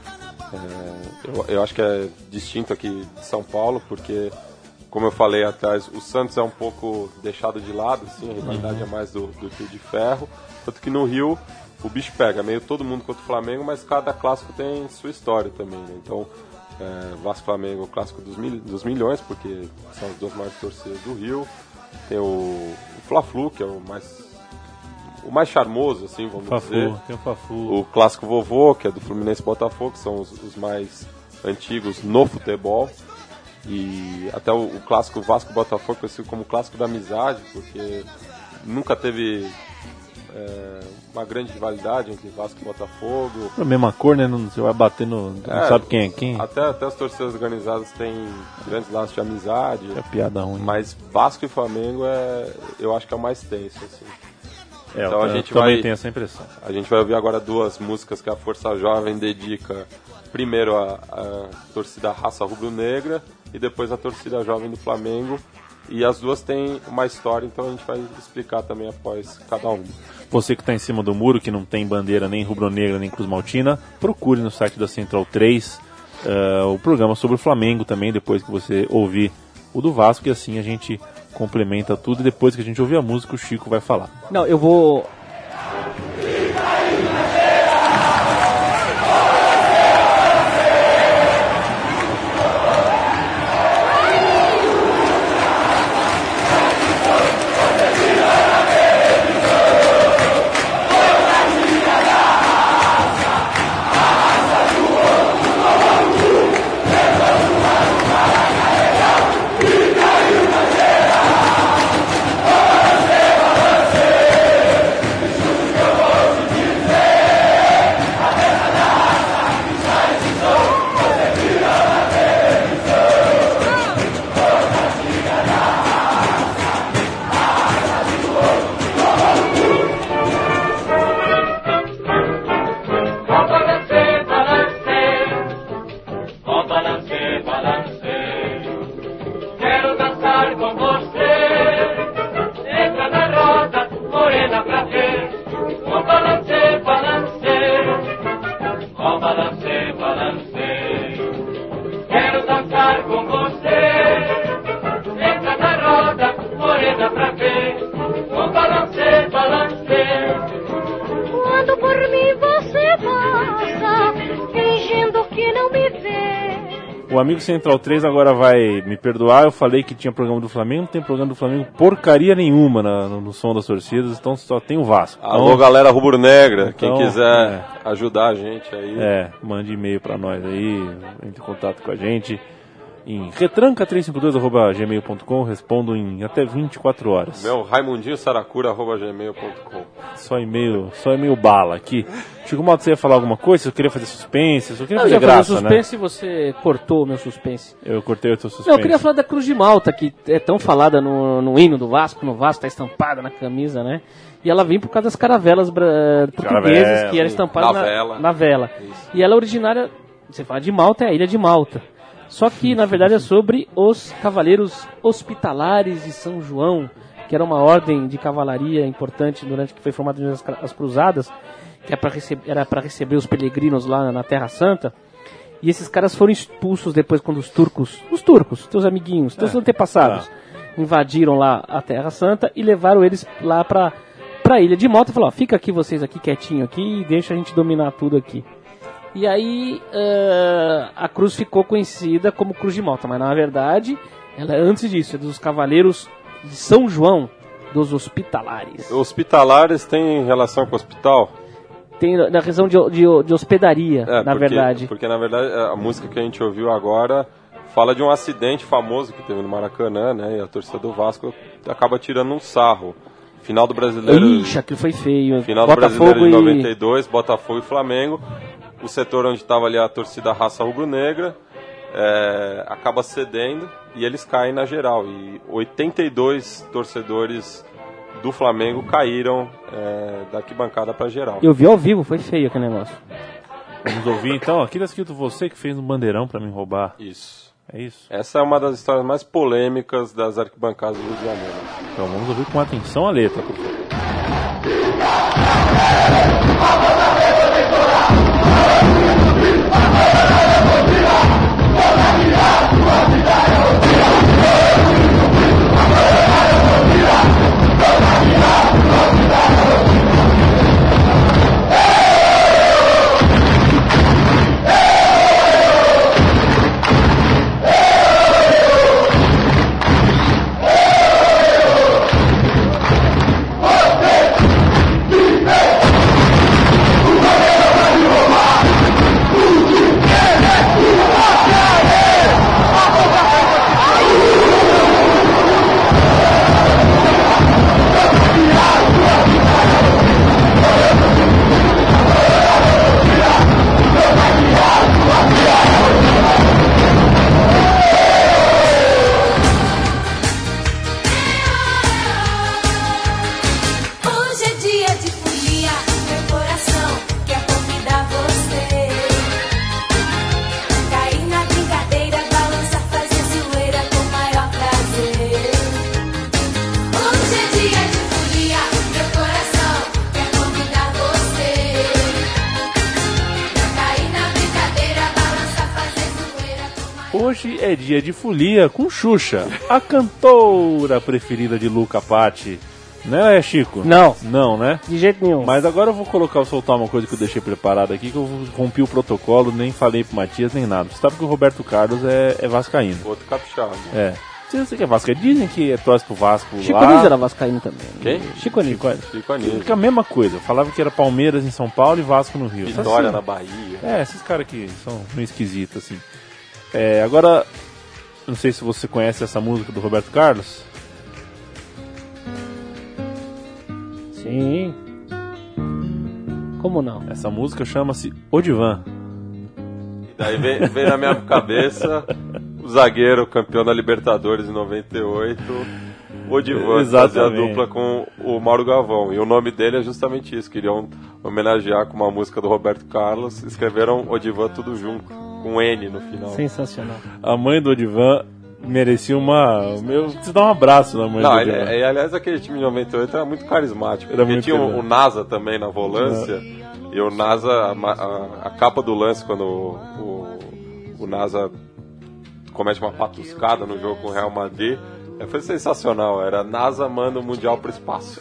É, eu, eu acho que é distinto aqui de São Paulo, porque, como eu falei atrás, o Santos é um pouco deixado de lado, assim, a rivalidade é mais do, do Trio de Ferro, tanto que no Rio o bicho pega, meio todo mundo contra o Flamengo, mas cada clássico tem sua história também, né? Então, é, Vasco-Flamengo é o clássico dos, mil, dos milhões, porque são as duas maiores torcidas do Rio, tem o, o Fla-Flu, que é o mais... o mais charmoso, assim, vamos Fla-Flu, dizer. tem o Fla-Flu. O clássico vovô, que é do Fluminense e Botafogo, que são os, os mais antigos no futebol. E até o, o clássico Vasco-Botafogo, conhecido como clássico da amizade, porque nunca teve é, uma grande rivalidade entre Vasco e Botafogo. A mesma cor, né? Não, você vai bater no... Não É, sabe quem é quem. Até, até as torcidas organizadas têm grandes laços de amizade. É piada ruim. Mas Vasco e Flamengo, é, eu acho que é o mais tenso, assim. É, então eu a gente também vai, tenho essa impressão. A gente vai ouvir agora duas músicas que a Força Jovem dedica, primeiro a, a torcida Raça Rubro-Negra e depois a torcida Jovem do Flamengo. E as duas têm uma história, então a gente vai explicar também após cada uma. Você que está em cima do muro, que não tem bandeira nem rubro-negra nem Cruz Maltina, procure no site da Central três uh, o programa sobre o Flamengo também, depois que você ouvir o do Vasco, e assim a gente complementa tudo, e depois que a gente ouvir a música o Chico vai falar. Não, eu vou... Quando por mim você passa, fingindo que não me vê. O amigo Central três agora vai me perdoar, eu falei que tinha programa do Flamengo, não tem programa do Flamengo porcaria nenhuma na, no, no som das torcidas, então só tem o Vasco. Alô, então, galera rubro-negra, então, quem quiser é. ajudar a gente aí. É, mande e-mail pra nós aí, entre em contato com a gente em retranca três cinco dois arroba gmail ponto com, respondo em até vinte e quatro horas. Meu raimundinho saracura arroba gmail ponto com. Só e-mail, só e-mail bala aqui. Chico Malta, você ia falar alguma coisa? Você queria fazer suspense? Você queria Não, fazer já graça, fazer suspense e você cortou o meu suspense. né? Eu cortei o teu suspense. Não, eu queria falar da Cruz de Malta, que é tão falada no, no hino do Vasco, no Vasco, tá estampada na camisa, né? E ela vem por causa das caravelas bra- portuguesas, Caravela, que eram estampadas na na, vela. na vela. E ela é originária, você fala de Malta, é a ilha de Malta. Só que, na verdade, é sobre os Cavaleiros Hospitalares de São João, que era uma ordem de cavalaria importante durante que foi formada as, as Cruzadas, que era para receber, era para receber os peregrinos lá na Terra Santa. E esses caras foram expulsos depois quando os turcos, os turcos, teus amiguinhos, teus É, antepassados, invadiram lá a Terra Santa e levaram eles lá para a ilha de Malta e falaram, ó, fica aqui vocês aqui quietinho aqui e deixa a gente dominar tudo aqui. E aí uh, a cruz ficou conhecida como Cruz de Malta, mas na verdade ela é antes disso, é dos Cavaleiros de São João, dos Hospitalares. Hospitalares tem relação com o hospital? Tem na razão de, de, de hospedaria, É, na porque, verdade. Porque na verdade a música que a gente ouviu agora fala de um acidente famoso que teve no Maracanã, né? E a torcida do Vasco acaba tirando um sarro. Final do Brasileiro. Ixi, aquilo foi feio. Final do Botafogo Brasileiro de e... noventa e dois, Botafogo e Flamengo. O setor onde estava ali a torcida Raça Rubro-Negra é, acaba cedendo e eles caem na geral. E oitenta e dois torcedores do Flamengo caíram é, da arquibancada para geral. Eu vi ao vivo, foi feio aquele negócio. Vamos ouvir então, aqui tá escrito você que fez um bandeirão pra me roubar. Isso. É isso? Essa é uma das histórias mais polêmicas das arquibancadas do Rio de Janeiro. Então vamos ouvir com atenção a letra, por favor. Vamos Hoje é dia de folia com Xuxa, a cantora preferida de Luca Patti. Né, Chico? Não. Não, né? De jeito nenhum. Mas agora eu vou colocar, soltar uma coisa que eu deixei preparada aqui, que eu rompi o protocolo, nem falei pro Matias, nem nada. Você sabe que o Roberto Carlos é, é vascaíno. Outro capixaba. É. Você que é Vasco, dizem que é torce pro Vasco Chico lá. Anísio era vascaíno também. Quem? Chico Anísio. Chico, Chico Anísio. Fica a mesma coisa. Falava que era Palmeiras em São Paulo e Vasco no Rio. Vitória assim, na Bahia. É, esses caras que são meio esquisitos, assim. É, agora, não sei se você conhece essa música do Roberto Carlos. Sim. Como não? Essa música chama-se O Divã. E daí vem, vem na minha cabeça o zagueiro campeão da Libertadores em noventa e oito, o Divan, fazia a dupla com o Mauro Galvão. E o nome dele é justamente isso. Queriam homenagear com uma música do Roberto Carlos. Escreveram O Divan tudo junto, com N no final. Sensacional. A mãe do Odivan merecia uma... Eu preciso dar um abraço na mãe Não, do ele, Odivan. e, aliás, aquele time de noventa e oito era muito carismático. Era porque muito tinha o, legal. o NASA também na volância. E o NASA, a, a, a capa do lance, quando o, o, o NASA comete uma patuscada no jogo com o Real Madrid, é, foi sensacional. Era NASA manda o Mundial pro espaço.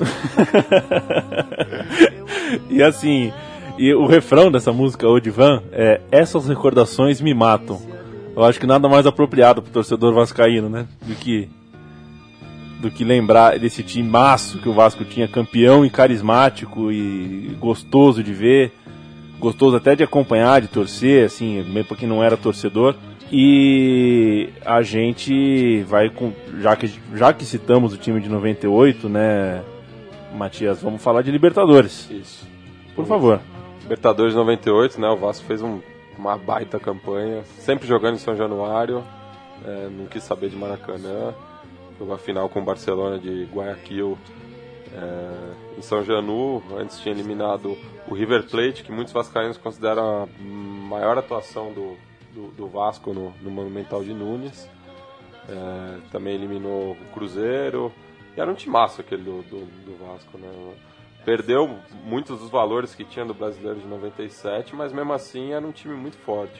E assim, e o refrão dessa música, O Divã, é: essas recordações me matam. Eu acho que nada mais apropriado pro torcedor vascaíno, né? Do que, do que lembrar desse time maço que o Vasco tinha, campeão e carismático e gostoso de ver, gostoso até de acompanhar, de torcer, assim, mesmo pra quem não era torcedor. E a gente vai com, já que, já que citamos o time de noventa e oito, né, Matias, vamos falar de Libertadores. Isso. Por favor. Libertadores de noventa e oito, né? O Vasco fez um, uma baita campanha, sempre jogando em São Januário, é, não quis saber de Maracanã, jogou a final com o Barcelona de Guayaquil é, em São Janu. Antes tinha eliminado o River Plate, que muitos vascaínos consideram a maior atuação do, do, do Vasco no, no Monumental de Nunes. É, também eliminou o Cruzeiro, e era um timaço aquele do, do, do Vasco, né? Perdeu muitos dos valores que tinha do Brasileiro de noventa e sete, mas mesmo assim era um time muito forte.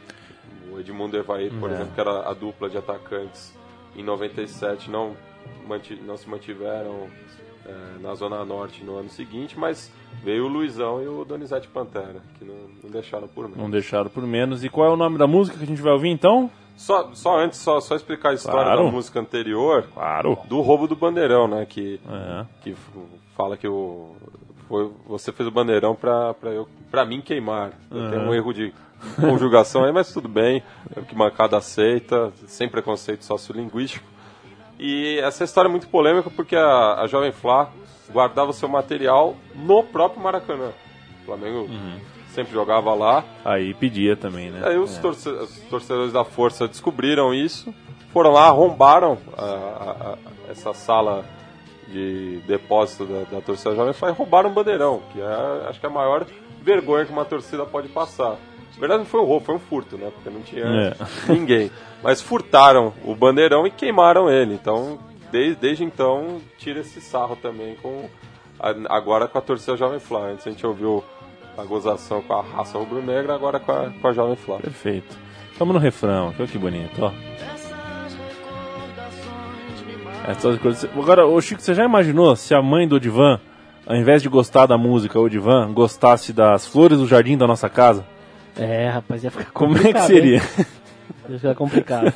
O Edmundo Evair, por É. exemplo, que era a dupla de atacantes em noventa e sete, não, manti- não se mantiveram é, na Zona Norte no ano seguinte, mas veio o Luizão e o Donizete Pantera, que não, não deixaram por menos. Não deixaram por menos. E qual é o nome da música que a gente vai ouvir então? Só, só antes, só, só explicar a história Claro. da música anterior, Claro. do roubo do bandeirão, né? Que, É. que f- fala que o, foi, você fez o bandeirão pra, pra, eu, pra mim queimar. Uhum. Tem um erro de conjugação aí, mas tudo bem. É o que bancada aceita, sem preconceito sociolinguístico. E essa história é muito polêmica porque a, a Jovem Flá guardava o seu material no próprio Maracanã. O Flamengo sempre jogava lá. Aí pedia também, né? Aí os, É. torce- os torcedores da Força descobriram isso, foram lá, arrombaram a- a- a- essa sala de depósito da, da torcida jovem e roubaram um bandeirão, que é, acho que é a maior vergonha que uma torcida pode passar. Na verdade não foi um roubo, foi um furto, né? Porque não tinha É. ninguém. Mas furtaram o bandeirão e queimaram ele. Então, desde, desde então, tira esse sarro também com a- agora com a torcida Jovem Flá. Antes a gente ouviu a gozação com a raça rubro-negra, agora com a, com a Jovem Flá. Perfeito. Tamo no refrão, olha que bonito, ó. Essas coisas. Agora, ô Chico, você já imaginou se a mãe do Odivan, ao invés de gostar da música Odivan, gostasse das flores do jardim da nossa casa? É, rapaz, ia ficar Como complicado. é que seria? hein? Ia ficar complicado.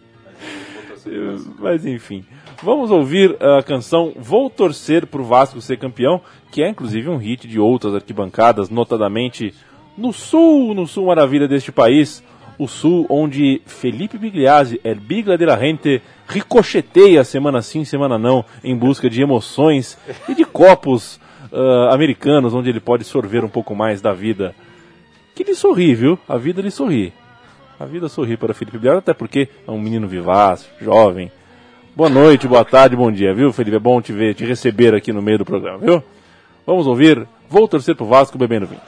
Mas enfim, vamos ouvir a canção Vou Torcer pro Vasco Ser Campeão, que é inclusive um hit de outras arquibancadas, notadamente no sul, no sul maravilha deste país, o sul onde Felipe Bigliazzi, El Bigla de la Gente, ricocheteia semana sim, semana não, em busca de emoções e de copos ah, americanos, onde ele pode sorver um pouco mais da vida. Que lhe sorri, viu? A vida lhe sorri. A vida sorri para Felipe Bigliazzi, até porque é um menino vivaz, jovem. Boa noite, boa tarde, bom dia, viu, Felipe? É bom te ver, te receber aqui no meio do programa, viu? Vamos ouvir Vou Torcer pro Vasco bebendo vinho.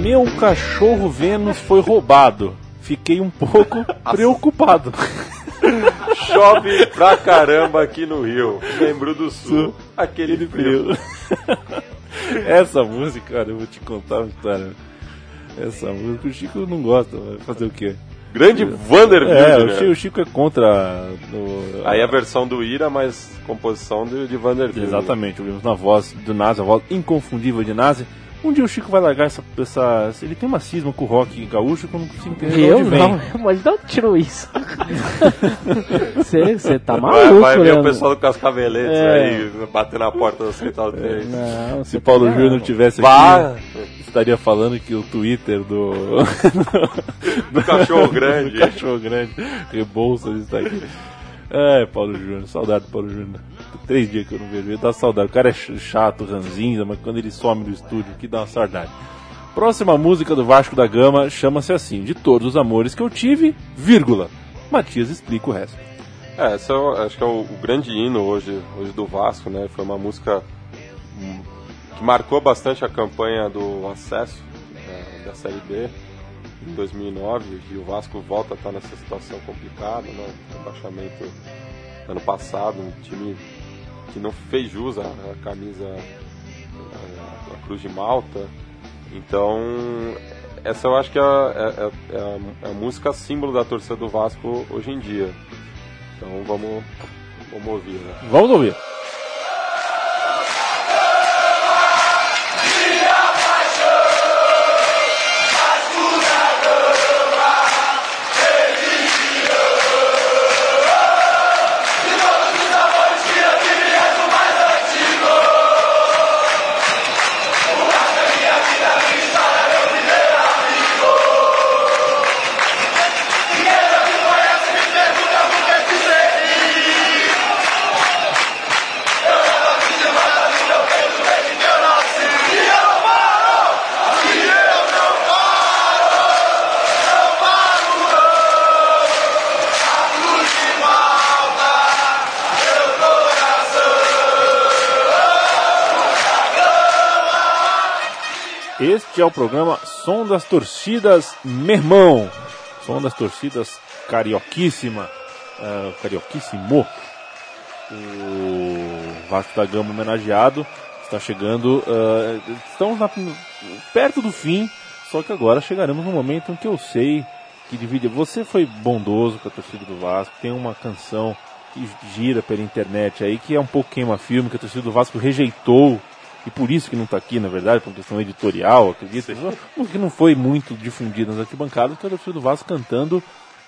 Meu cachorro Vênus foi roubado. Fiquei um pouco preocupado. Chove pra caramba aqui no Rio. Membro do Sul. Aquele frio. Essa música, cara, eu vou te contar uma história. Essa música, o Chico não gosta, vai fazer o quê? Grande Vanderbilt, É, né? o Chico, o Chico é contra... No, Aí a versão do Ira, mas composição de, de Vanderbilt. Exatamente, ouvimos na voz do Nazi, a voz inconfundível de Nazi. Um dia o Chico vai largar essa, essa... Ele tem uma cisma com o rock gaúcho que eu não consigo entender de Eu onde vem. não, mas não tirou isso. Você tá Vai, maluco, vai ver Leandro. o pessoal do Cascaveletes É. aí, bater na porta da Central três. Não, Se você Paulo tá- Júnior não tivesse Vá. aqui, estaria falando que o Twitter do... Do cachorro grande. Cachorro grande, Rebouças está aqui. É, Paulo Júnior, saudade do Paulo Júnior. Tem três dias que eu não vejo ele, dá saudade. O cara é chato, ranzinza, mas quando ele some do estúdio, que dá uma saudade. Próxima música do Vasco da Gama chama-se assim: De Todos os Amores que Eu Tive, vírgula. Matias explica o resto. É, esse é o, acho que é o, o grande hino hoje, hoje do Vasco, né? Foi uma música hum, que marcou bastante a campanha do acesso é, da Série B em dois mil e nove, e o Vasco volta a estar nessa situação complicada, né? Rebaixamento ano passado, um time que não fez jus à, à camisa à, à Cruz de Malta. Então, essa eu acho que é, é, é, a, é a música símbolo da torcida do Vasco hoje em dia. Então vamos, vamos ouvir, né? Vamos ouvir. Este é o programa Som das Torcidas, meu irmão. Som das Torcidas carioquíssima, uh, carioquíssimo. O Vasco da Gama homenageado está chegando, uh, estamos na, perto do fim, só que agora chegaremos no momento em que eu sei que divide. Você foi bondoso com a torcida do Vasco, tem uma canção que gira pela internet aí, que é um pouco queima-filme, que a torcida do Vasco rejeitou. E por isso que não está aqui, na verdade, por questão editorial, acredito, que não foi muito difundida nas arquibancadas, que é a torcida do Vasco cantando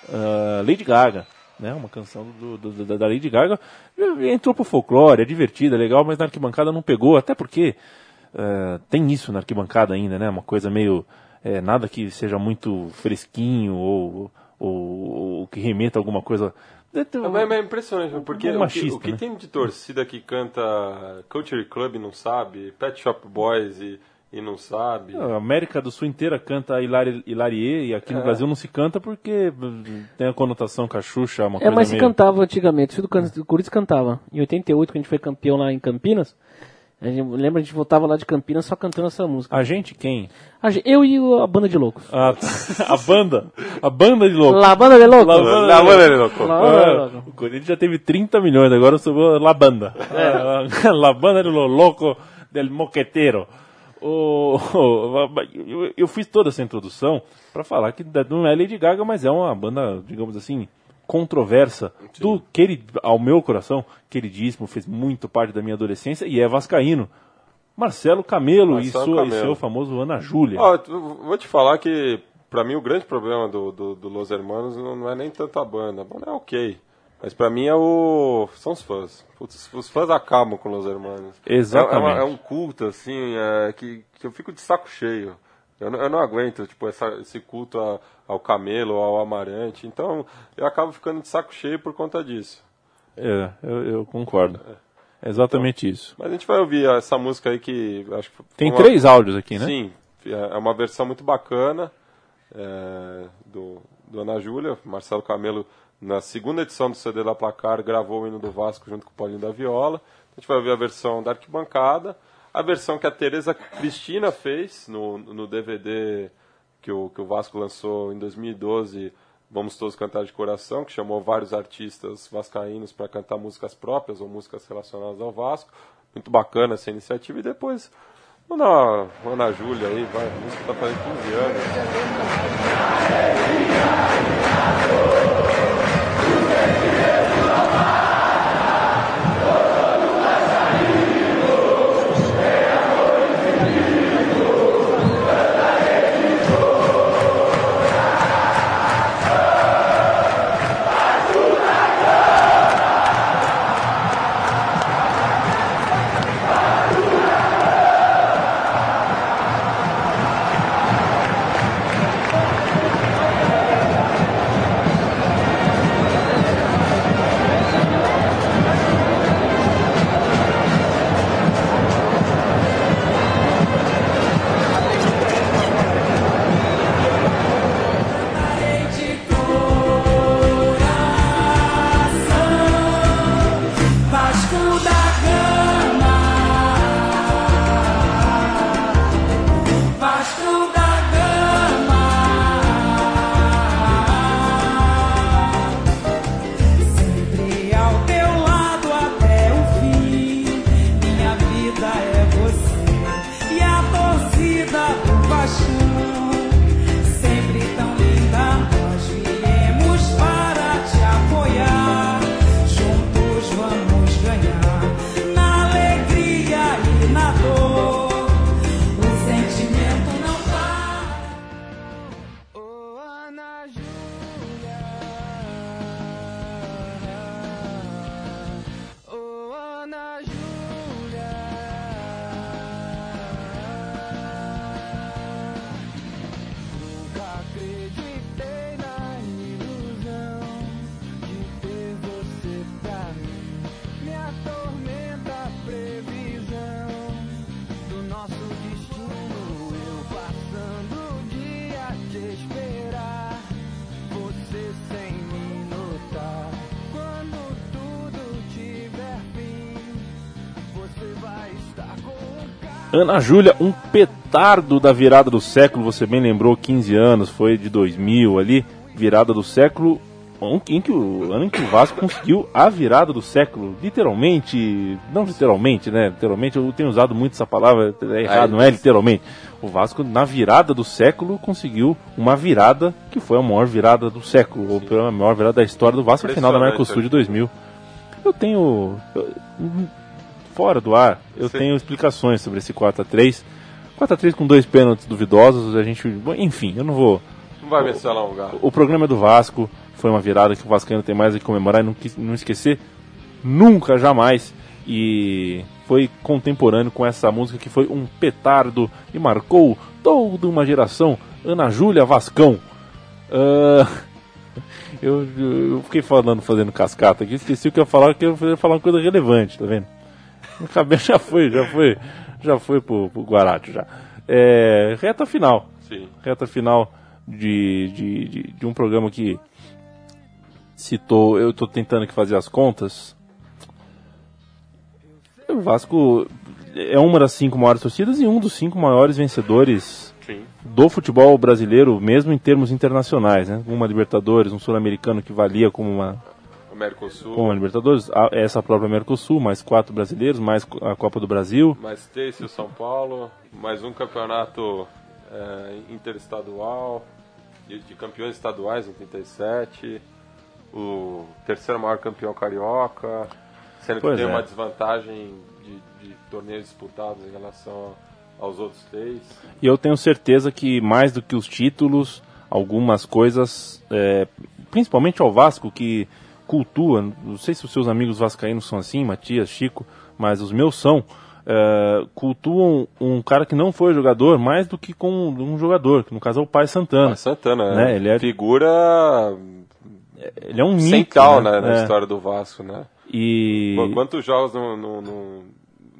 uh, Lady Gaga, né? Uma canção do, do, da, da Lady Gaga. Entrou pro folclore, é divertida, é legal, mas na arquibancada não pegou, até porque uh, tem isso na arquibancada ainda, né? Uma coisa meio, é, nada que seja muito fresquinho ou, ou, ou que remeta a alguma coisa... É, é impressionante, porque machista, o que, o que né? tem de torcida que canta Country Club e não sabe, Pet Shop Boys e, e não sabe. A América do Sul inteira canta Hilari, Hilarie, e aqui no É. Brasil não se canta porque tem a conotação com a Xuxa, uma É, coisa mas se meio... cantava antigamente. O Corinthians cantava. Em oitenta e oito, quando a gente foi campeão lá em Campinas, a gente, lembra, a gente voltava lá de Campinas só cantando essa música. A gente quem? A gente- eu e o- a banda de loucos. A, a banda. A banda de louco. La Banda de Loucos. La Banda Na banda ele louco. La Banda de É, Loucos. o Corinthians já teve trinta milhões, agora sobrou La Banda. É. La Banda de lo Loco del Moqueteiro. O, o- eu, eu fiz toda essa introdução para falar que não é Lady Gaga, mas é uma banda, digamos assim, controversa, do querid, ao meu coração, queridíssimo, fez muito parte da minha adolescência e é vascaíno. Marcelo Camelo, Marcelo e, sua, e Camelo. seu famoso Ana Júlia. Ó, eu vou te falar que, pra mim, o grande problema do, do, do Los Hermanos não, não é nem tanto a banda. A banda é ok. Mas pra mim é o... são os fãs. Putz, os fãs acabam com Los Hermanos. Exatamente. É, é, uma- é um culto, assim, é, que, que eu fico de saco cheio. Eu não, eu não aguento, tipo, essa, esse culto a, ao Camelo, ao Amarante. Então, eu acabo ficando de saco cheio por conta disso. É, eu, eu concordo. É exatamente isso. Mas a gente vai ouvir essa música aí que... acho que foi Tem uma- três áudios aqui, né? Sim, é uma versão muito bacana é, do, do Ana Júlia. Marcelo Camelo, na segunda edição do C D da Placar, gravou o hino do Vasco junto com o Paulinho da Viola. A gente vai ouvir a versão da arquibancada. a versão que a Tereza Cristina fez no, no D V D que o, que o Vasco lançou em dois mil e doze, Vamos Todos Cantar de Coração, que chamou vários artistas vascaínos para cantar músicas próprias ou músicas relacionadas ao Vasco. Muito bacana essa iniciativa. E depois, Ana, Ana Júlia aí, vai, a música está fazendo quinze anos. Ana Júlia, um petardo da virada do século, você bem lembrou, quinze anos, foi de dois mil ali, virada do século, em que o ano em que o Vasco conseguiu a virada do século, literalmente, não literalmente, né, literalmente, eu tenho usado muito essa palavra, é errado, não é literalmente, o Vasco na virada do século conseguiu uma virada que foi a maior virada do século, Sim. ou pela maior virada da história do Vasco, a final da Mercosul de dois mil. Eu tenho... Eu, fora do ar, eu Sim. tenho explicações sobre esse quatro a três. quatro a três com dois pênaltis duvidosos, a gente... Enfim, eu não vou... Não vai ver se ela alongar. O programa é do Vasco, foi uma virada que o Vascaíno tem mais a comemorar e não, não esquecer nunca, jamais. E foi contemporâneo com essa música que foi um petardo e marcou toda uma geração. Ana Júlia Vascão. Uh... eu, eu fiquei falando, fazendo cascata aqui, esqueci o que eu ia falar, que eu ia falar uma coisa relevante, tá vendo? O cabelo já foi, já foi, já foi pro, pro Guarati já. É, reta final. Sim. Reta final de, de, de, de um programa que citou, eu estou tentando aqui fazer as contas. O Vasco é uma das cinco maiores torcidas e um dos cinco maiores vencedores Sim. do futebol brasileiro, mesmo em termos internacionais, né? Uma Libertadores, um Sul-Americano que valia como uma... Mercosul. Com a Libertadores, essa própria Mercosul, mais quatro brasileiros, mais a Copa do Brasil. Mais Terça São Paulo, mais um campeonato é, interestadual, de, de campeões estaduais em trinta e sete, o terceiro maior campeão carioca, sendo pois que tem é. uma desvantagem de, de torneios disputados em relação aos outros três. E eu tenho certeza que mais do que os títulos, algumas coisas, é, principalmente ao Vasco, que cultua, não sei se os seus amigos vascaínos são assim, Matias, Chico, mas os meus são, uh, cultuam um cara que não foi jogador mais do que com um jogador, que no caso é o Pai Santana. Pai Santana, né? Ele é figura... Ele é um mito, central, né? né, na é. história do Vasco, né? E... Quantos jogos no, no, no,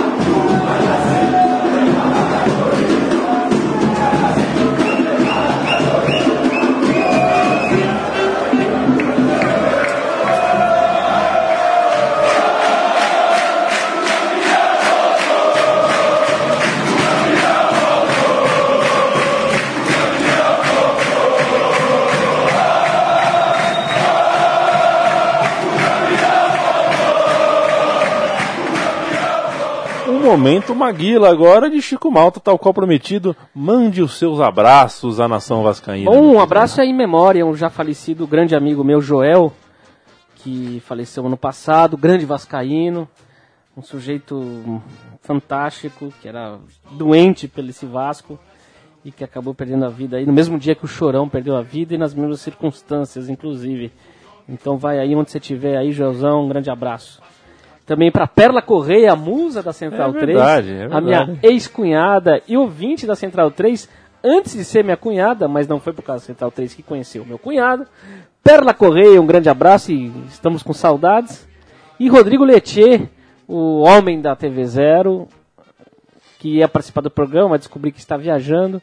Momento Maguila agora de Chico Malta, tal qual prometido, mande os seus abraços à nação vascaína. Bom, um abraço aí em memória, um já falecido grande amigo meu, Joel, que faleceu ano passado, grande vascaíno, um sujeito fantástico, que era doente pelo esse Vasco e que acabou perdendo a vida aí no mesmo dia que o Chorão perdeu a vida e nas mesmas circunstâncias, inclusive. Então vai aí onde você estiver aí, Joelzão, um grande abraço. Também para Perla Correia, a musa da Central é verdade, três, é verdade. A minha ex-cunhada e ouvinte da Central três, antes de ser minha cunhada, mas não foi por causa da Central três que conheceu o meu cunhado. Perla Correia, um grande abraço e estamos com saudades. E Rodrigo Letier, o homem da T V Zero, que ia participar do programa, mas descobri que está viajando.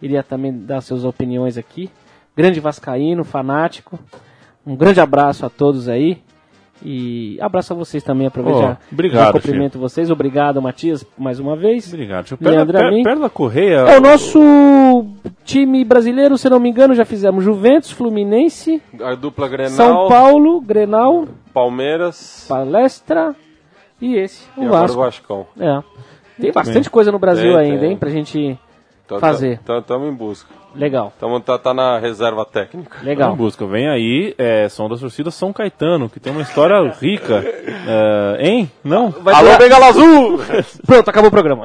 iria também dar suas opiniões aqui. Grande vascaíno, fanático. Um grande abraço a todos aí. E abraço a vocês também, aproveitar. Oh, obrigado, eu cumprimento Chico. vocês. Obrigado, Matias, mais uma vez. Obrigado. Chico. Perla, per, Perla Correia. É o nosso time brasileiro, se não me engano, já fizemos Juventus, Fluminense, a dupla Grenal, São Paulo, Grenal, Palmeiras, Palestra e esse, o e Vasco. Agora o Vascão. É. Tem Muito bastante bem. coisa no Brasil tem, ainda, tem. hein, pra gente Então, fazer. Estamos em busca. Legal. Tamo, tá, tá na reserva técnica. Legal. Em busca. Vem aí, é, Som das Torcidas São Caetano, que tem uma história rica. É, hein? Não? Vai Alô, ter- Bengala Azul! Pronto, acabou o programa.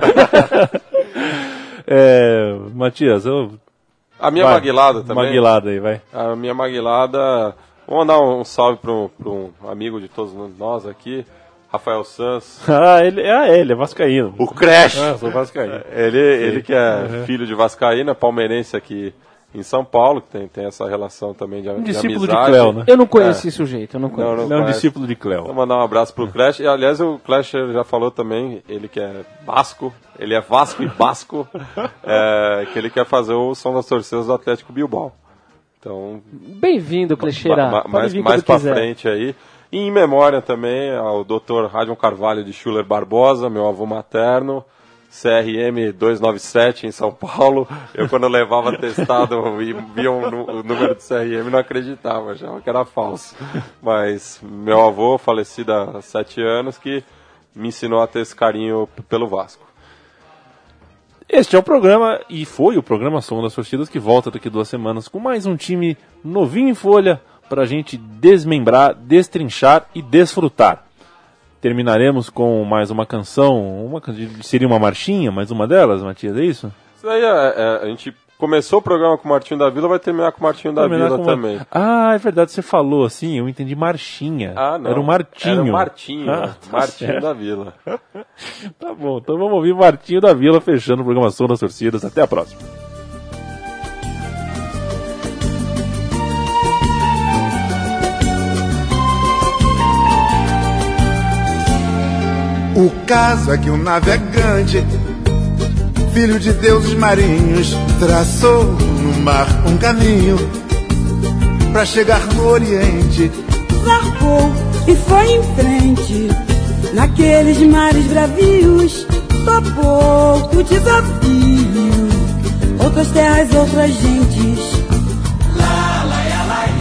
É, Matias, eu... A minha vai, maguilada também. Maguilada aí, vai. A minha maguilada... Vou mandar um salve para um amigo de todos nós aqui, Rafael Sanz. Ah, ele, ah, ele é vascaíno. O Crash! Ah, sou vascaíno. Ele, ele que é filho de vascaíno, é palmeirense aqui em São Paulo, que tem, tem essa relação também de, Um de discípulo de amizade. Cléo, né? Eu não conheço esse sujeito, eu não conheço. Não, Ele é um conhece. discípulo de Vou Cléo. mandar um abraço pro Clash. E, aliás, o Clash já falou também, ele que é Vasco, ele é Vasco e Basco, é, que ele quer fazer o Som das Torcidas do Atlético Bilbao. Então, Bem-vindo, Clexeira. ma- ma- mais, mais pra frente aí. E em memória também ao doutor Radion Carvalho de Schuller Barbosa, meu avô materno, C R M duzentos e noventa e sete em São Paulo. Eu, quando levava testado e via o nu- o número do C R M, não acreditava, achava que era falso. Mas meu avô, falecido há sete anos, que me ensinou a ter esse carinho p- pelo Vasco. Este é o programa, e foi o programa Som das Torcidas, que volta daqui duas semanas com mais um time novinho em folha pra gente desmembrar, destrinchar e desfrutar. Terminaremos com mais uma canção, uma, seria uma marchinha, mais uma delas, Matias, é isso? Isso aí, é, é, a gente começou o programa com o Martinho da Vila, vai terminar com o Martinho da Terminar Vila com também. uma- Ah, é verdade, você falou assim, eu entendi marchinha. Ah, não. Era o Martinho. Era o Martinho, Ah, tá Martinho certo. da Vila. Tá bom, então vamos ouvir Martinho da Vila fechando o programa Som das Torcidas. Até a próxima. O caso é que um navegante, filho de deuses marinhos, traçou no mar um caminho pra chegar no Oriente. Zarpou e foi em frente, naqueles mares bravios, topou o desafio, outras terras, outras gentes. Lá, lá, lá,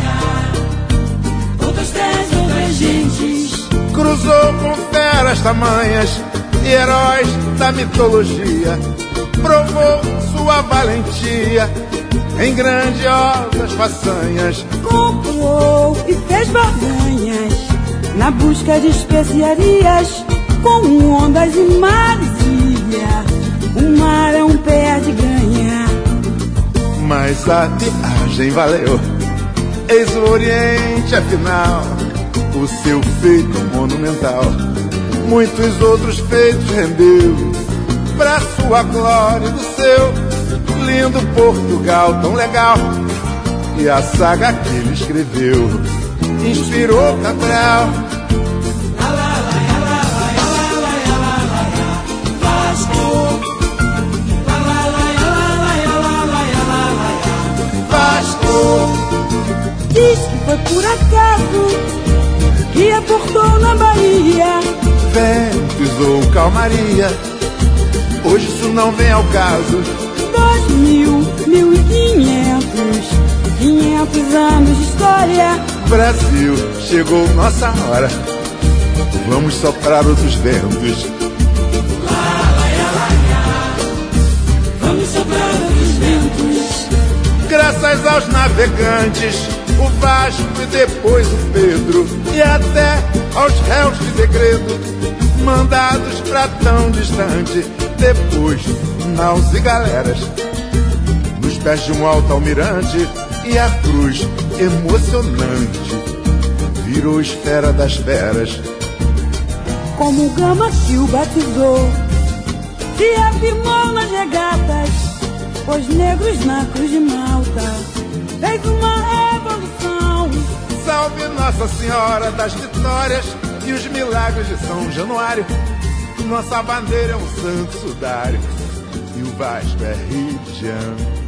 lá, outras terras, outras gentes. Cruzou com feras tamanhas e heróis da mitologia, provou sua valentia em grandiosas façanhas. Comprou e fez barganhas na busca de especiarias, com ondas e mares ia, o mar é um perde-ganha. Mas a viagem valeu, eis o Oriente afinal, o seu feito monumental, muitos outros feitos rendeu pra sua glória do seu lindo Portugal tão legal. E a saga que ele escreveu inspirou Cabral. Diz que foi por acaso que aportou na Bahia. Ventos ou calmaria, hoje isso não vem ao caso. Dois mil, mil e quinhentos, quinhentos anos de história. Brasil, chegou nossa hora, vamos soprar outros ventos. Vamos soprar outros ventos. Graças aos navegantes, o Vasco e depois o Pedro, e até aos réus de segredo, mandados pra tão distante. Depois, naus e galeras, nos pés de um alto almirante, e a cruz emocionante virou esfera das feras. Como o Gama que o batizou, se afirmou nas regatas, os negros na cruz de Malta, fez uma revolução. Salve Nossa Senhora das Vitórias e os milagres de São Januário. Nossa bandeira é um santo sudário e o Vasco é Rio de Janeiro.